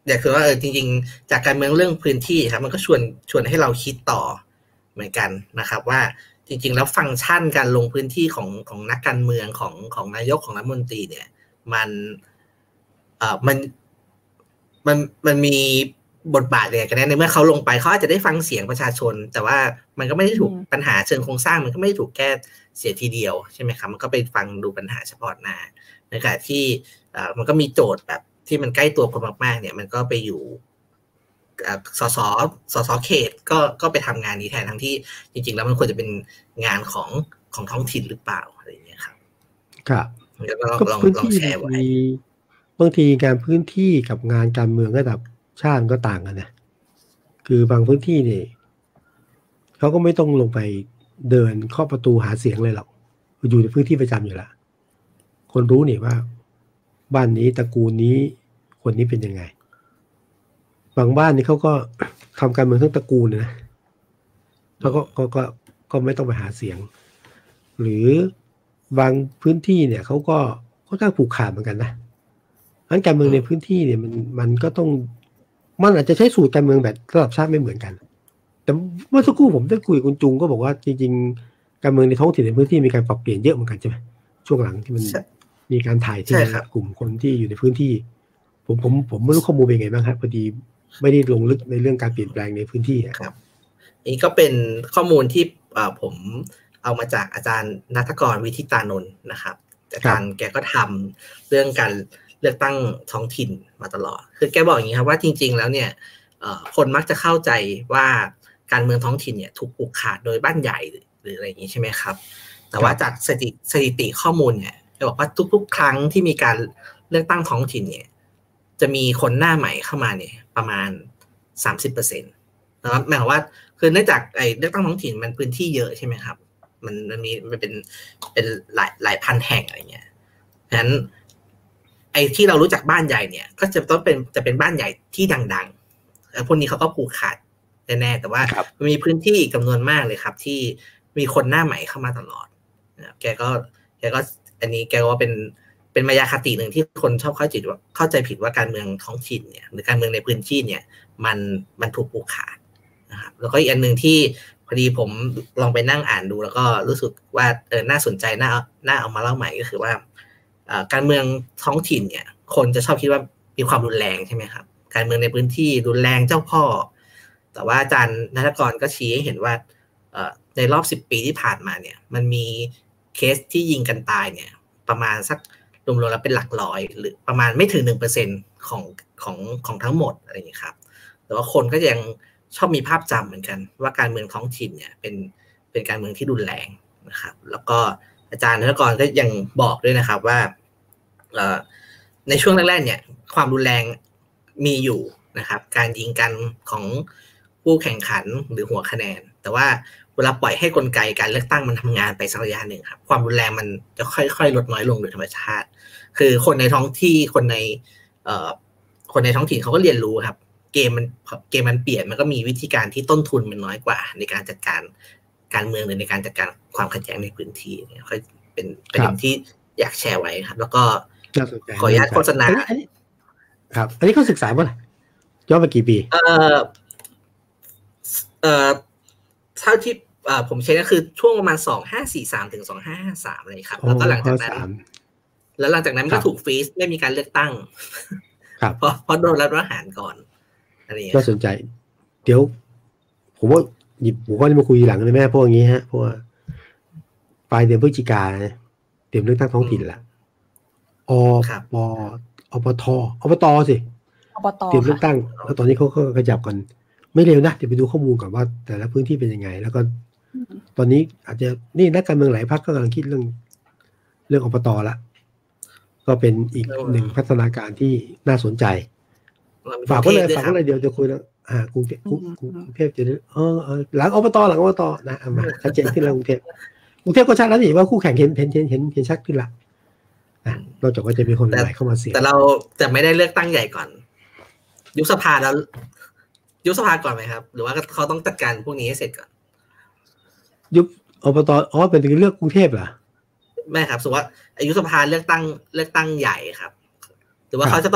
อยากคือว่าเออจริงๆจากการเมืองเรื่องพื้นที่ครับมันก็ชวนชวนให้เราคิดต่อเหมือนกันนะครับว่าจริงๆแล้วฟังก์ชันการลงพื้นที่ของของนักการเมืองของของนายกของรัฐมนตรีเนี่ยมันเอ่อมันมันมันมีบทบาทยังไงกันแน่ในเมื่อเขาลงไปเขาอาจจะได้ฟังเสียงประชาชนแต่ว่ามันก็ไม่ได้ถูกปัญหาเชิงโครงสร้างมันก็ไม่ได้ถูกแก้เสียทีเดียวใช่ไหมครับมันก็ไปฟังดูปัญหาเฉพาะหน้าในขณะที่เอ่อมันก็มีโจทย์แบบที่มันใกล้ตัวคนมากๆเนี่ยมันก็ไปอยู่สสสสเขตก็ก็ไปทำงานนี้แทนทั้งที่จริงๆแล้วมันควรจะเป็นงานของของท้องถิ่นหรือเปล่าอะไรอย่างเงี้ยครับครับก็ลองลองลองแชร์ไว้บางทีการพื้นที่กับงานการเมืองระดับชาติก็ต่างกันนะคือบางพื้นที่เนี่ยเขาก็ไม่ต้องลงไปเดินเคาะประตูหาเสียงเลยหรอกอยู่ในพื้นที่ประจำอยู่แล้วคนรู้นี่ว่าบ้านนี้ตระกูลนี้คนนี้เป็นยังไงบางบ้านนี่เขาก็ทำการเมืองทั้งตระกูลนะเขาก็ก็ก็ก็ไม่ต้องไปหาเสียงหรือบางพื้นที่เนี่ยเขาก็ค่อนข้างผูกขาดเหมือนกันนะงั้นการเมืองในพื้นที่เนี่ยมันมันก็ต้องมันอาจจะใช้สูตรการเมืองแบบระดับชาติไม่เหมือนกันแต่เมื่อสักครู่ผมได้คุยกับคุณจุงก็บอกว่าจริงๆการเมืองในท้องถิ่นในพื้นที่มีการปรับเปลี่ยนเยอะเหมือนกันใช่ไหมช่วงหลังที่มันมีการถ่ายที่กลุ่มคนที่อยู่ในพื้นที่ผมผมผมไม่รู้ข้อมูลเป็นไงบ้างครับพอดีไม่ได้ลงลึกในเรื่องการเปลี่ยนแปลงในพื้นที่ครับนี่ก็เป็นข้อมูลที่ผมเอามาจากอาจารย์ณัฐกรวิทิตานนท์นะครับอาจารย์แกก็ทำเรื่องการเลือกตั้งท้องถิ่นมาตลอดคือแกบอกอย่างนี้ครับว่าจริงๆแล้วเนี่ยคนมักจะเข้าใจว่าการเมืองท้องถิ่นเนี่ยถูกผูกขาดโดยบ้านใหญ่หรืออะไรอย่างนี้ใช่ไหมครับแต่ว่าจากสถิติสถิติข้อมูลเนี่ยแกบอกว่าทุกๆครั้งที่มีการเลือกตั้งท้องถิ่นเนี่ยจะมีคนหน้าใหม่เข้ามาเนี่ยประมาณ สามสิบเปอร์เซ็นต์ นะครับหมายความว่าคือเนื่องจากไอ้เลือกตั้งท้องถิ่นมันพื้นที่เยอะใช่ไหมครับมันมันมีมันเป็นเป็นหลายหลายพันแห่งอะไรเงี้ยฉะนั้นไอ้ที่เรารู้จักบ้านใหญ่เนี่ยก็จะต้องเป็นจะเป็นบ้านใหญ่ที่ดังๆแล้วพวกนี้เขาก็ผูกขาดแน่ๆแต่ว่ามันมีพื้นที่จำนวนมากเลยครับที่มีคนหน้าใหม่เข้ามาตลอดนะแกก็แกก็อันนี้แกว่าเป็นเป็นมายาคติหนึ่งที่คนชอบเข้าใจว่าเข้าใจผิดว่าการเมืองท้องถิ่นเนี่ยหรือการเมืองในพื้นที่เนี่ยมันมันถูกผูกขาดนะครับแล้วก็อีกอันนึงที่พอดีผมลองไปนั่งอ่านดูแล้วก็รู้สึกว่าเออน่าสนใจน่าน่าเอามาเล่าใหม่ก็คือว่าการเมืองท้องถิ่นเนี่ยคนจะชอบคิดว่ามีความรุนแรงใช่ไหมครับการเมืองในพื้นที่รุนแรงเจ้าพ่อแต่ว่าอาจารย์ณัฐกรก็ชี้ให้เห็นว่าในรอบสิบปีที่ผ่านมาเนี่ยมันมีเคสที่ยิงกันตายเนี่ยประมาณสักรวมๆแล้วเป็นหลักร้อยหรือประมาณไม่ถึง หนึ่งเปอร์เซ็นต์ ของของของทั้งหมดอะไรอย่างนี้ครับแต่ว่าคนก็ยังชอบมีภาพจำเหมือนกันว่าการเมืองท้องถิ่นเนี่ยเป็นเป็นการเมืองที่รุนแรงนะครับแล้วก็อาจารย์ณัฐกรก็ยังบอกด้วยนะครับว่าในช่วงแรกๆเนี่ยความรุนแรงมีอยู่นะครับการยิงกันของผู้แข่งขันหรือหัวคะแนนแต่ว่าเวลาปล่อยให้กลไกการเลือกตั้งมันทำงานไปสักระยะหนึ่งครับความรุนแรงมันจะค่อยๆลดน้อยลงโดยธรรมชาติคือคนในท้องที่คนในเอ่อคนในท้องถิ่นเขาก็เรียนรู้ครับเกมมันเกมมันเปลี่ยนมันก็มีวิธีการที่ต้นทุนมันน้อยกว่าในการจัดการการเมืองหรือในการจัดการความขัดแย้งในพื้นที่เนี่ยค่อยเป็นประเด็นที่อยากแชร์ไว้ครับแล้วก็ขออนุญาตโฆษณาครับอันนี้เขาศึกษาเมื่อไหร่ย้อนไปกี่ปีเอ่อเอ่อเท่าที่ผมใช้ก็คือช่วงประมาณสองพันห้าร้อยสี่สิบสามถึงสองพันห้าร้อยห้าสิบสามอะไรครับแล้วก็หลังจากนั้นแล้วหลังจากนั้นก็ถูกฟรีซไม่มีการเลือกตั้งเพราะเพราะโดนรัฐประหารก่อนอะไรอย่างเงี้ยก็สนใจเดี๋ยวผมว่าหยิบหัวข้อนี้มาคุยหลังเลยแม่พวกอย่างนี้ฮะเพราะว่าปลายเดือนพฤศจิกายนเตรียมเลือกตั้งท้องถิ่นละอปอปทอบตสิอบตเตรียมเลือกตั้งแล้วตอนนี้เขาก็กระจับกันไม่เร็วนะเดี๋ยวไปดูข้อมูลก่อนว่าแต่ละพื้นที่เป็นยังไงแล้วก็ตอนนี้อาจจะนี่นักการเมืองหลายพรรคก็กำลังคิดเรื่องเรื่องอบตละก็เป็นอีกหนึ่งพัฒนาการที่น่าสนใจฝากก็เลยฝากก็เลยเดี๋ยวจะคุยแล้วอ่ากรุงเทพกรุงเทพจะเออหลังอบตหลังอบตนะมาชัดเจนขึ้นแล้วกรุงเทพกรุงเทพก็ชัดแล้วนี่ว่าคู่แข่งเห็นเห็นเห็นเห็นเห็นชัดขึ้นละนอกจากว่าจะมีคนใหม่เข้ามาเสียแต่เราจะไม่ได้เลือกตั้งใหญ่ก่อนยุบสภาแล้วยุบสภาก่อนไหมครับหรือว่าเขาต้องจัดการพวกนี้ให้เสร็จก่อนยุบอบตอ๋อเป็นถึงเลือกกรุงเทพเหรอไม่ครับสมมติว่าอายุสภาเลือกตั้งเลือกตั้งใหญ่ครับหรือว่าเขาจะต้อง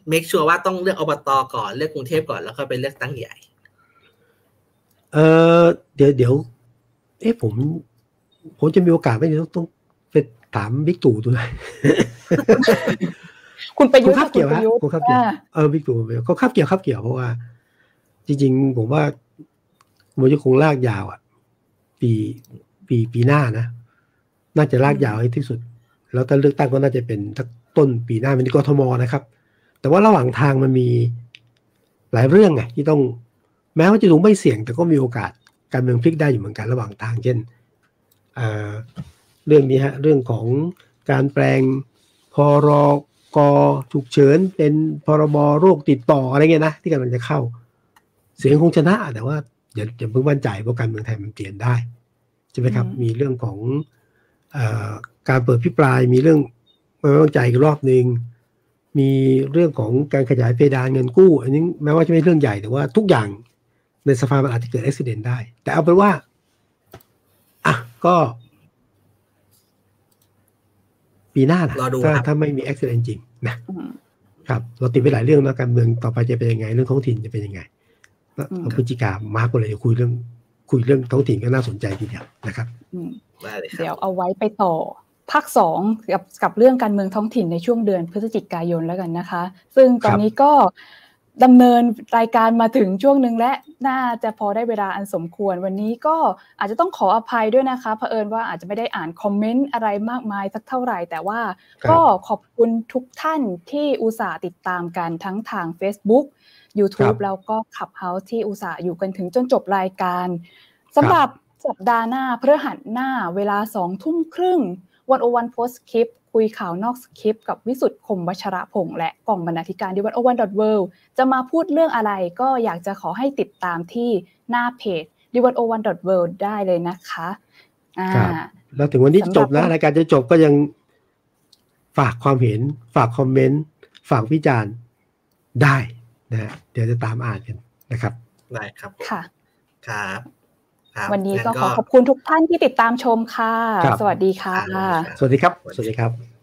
เมคชัวร์ว่าต้องเลือกอบตก่อนเลือกกรุงเทพก่อนแล้วก็ไปเลือกตั้งใหญ่เออเดี๋ยวเดี๋ยวเอ๊ะผมผมจะมีโอกาสไหมต้องต้องไปถามบิ๊กตู่ดูหน่อยคุณประยุทธ์คาบเกี่ยวฮะคุณคาบเกี่ยวเออบิ๊กตู่เขาคาบเกี่ยวคาบเกี่ยวเพราะว่าจริงๆผมว่ามันจะคงลากยาวอ่ะปีปีปีหน้านะน่าจะลากยาวให้ที่สุดแล้วถ้าเลือกตั้งก็น่าจะเป็นทักต้นปีหน้าเป็นกทมนะครับแต่ว่าระหว่างทางมันมีหลายเรื่องไงที่ต้องแม้ว่าจะดูไม่เสี่ยงแต่ก็มีโอกาสการเมืองพลิกได้อยู่เหมือนกันระหว่างทางเช่นเอ่อเรื่องนี้ฮะเรื่องของการแปลงพรกฉุกเฉินเป็นพรบโรคติดต่ออะไรเงี้ยนะที่กำลังจะเข้าเสียงคงชนะแต่ว่าอย่าอย่าเพิ่งมั่นใจเพราะการเมืองไทยมันเปลี่ยนได้ใช่ไหมครับมีเรื่องของเอ่อการเปิดพิปรายมีเรื่องไม่ไว้วางใจอีกรอบนึงมีเรื่องของการขยายเพดานเงินกู้อันนี้แม้ว่าจะไม่เรื่องใหญ่แต่ว่าทุกอย่างในสภามันอาจจะเกิดอุบัติเหตุได้แต่เอาเป็นว่าอ่ะก็ปีหน้านะถ้าถ้าไม่มีอุบัติเหตุจริงนะครับเราติดไปหลายเรื่องนะการเมืองต่อไปจะเป็นยังไงเรื่องท้องถิ่นจะเป็นยังไงแล้วพฤศจิกามาร์กเลยคุยเรื่องคุยเรื่องท้องถิ่นก็น่าสนใจทีเดียวนะครับเดี๋ยวเอาไว้ไปต่อภาคสองกับกับเรื่องการเมืองท้องถิ่นในช่วงเดือนพฤศจิกายนแล้วกันนะคะซึ่งตอนนี้ก็ดำเนินรายการมาถึงช่วงนึงและน่าจะพอได้เวลาอันสมควรวันนี้ก็อาจจะต้องขออภัยด้วยนะคะเผอิญว่าอาจจะไม่ได้อ่านคอมเมนต์อะไรมากมายสักเท่าไหร่แต่ว่าก็ขอบคุณทุกท่านที่อุตส่าห์ติดตามกันทั้งทาง Facebook YouTube แล้วก็ Clubhouse ที่อุตส่าห์อยู่กันถึงจนจบรายการสำหรับสัปดาห์หน้าพฤหัสหน้าเวลา สองทุ่มครึ่งหนึ่งศูนย์หนึ่ง Post Script คุยข่าวนอกสคริปต์กับวิสุทธิ์คมวัชรพงษ์และกองบรรณาธิการ หนึ่งศูนย์หนึ่ง ดอท เวิลด์ จะมาพูดเรื่องอะไรก็อยากจะขอให้ติดตามที่หน้าเพจ หนึ่งศูนย์หนึ่ง ดอท เวิลด์ ได้เลยนะคะอ่าแล้วถึงวันนี้จบนะรายการจะจบก็ยังฝากความเห็นฝากคอมเมนต์ฝากวิจารณ์ได้นะเดี๋ยวจะตามอ่านกันนะครับได้ครับค่ะครับวันนี้ก็ขอขอบคุณทุกท่านที่ติดตามชมค่ะสวัสดีค่ะสวัสดีครับสวัสดีครับ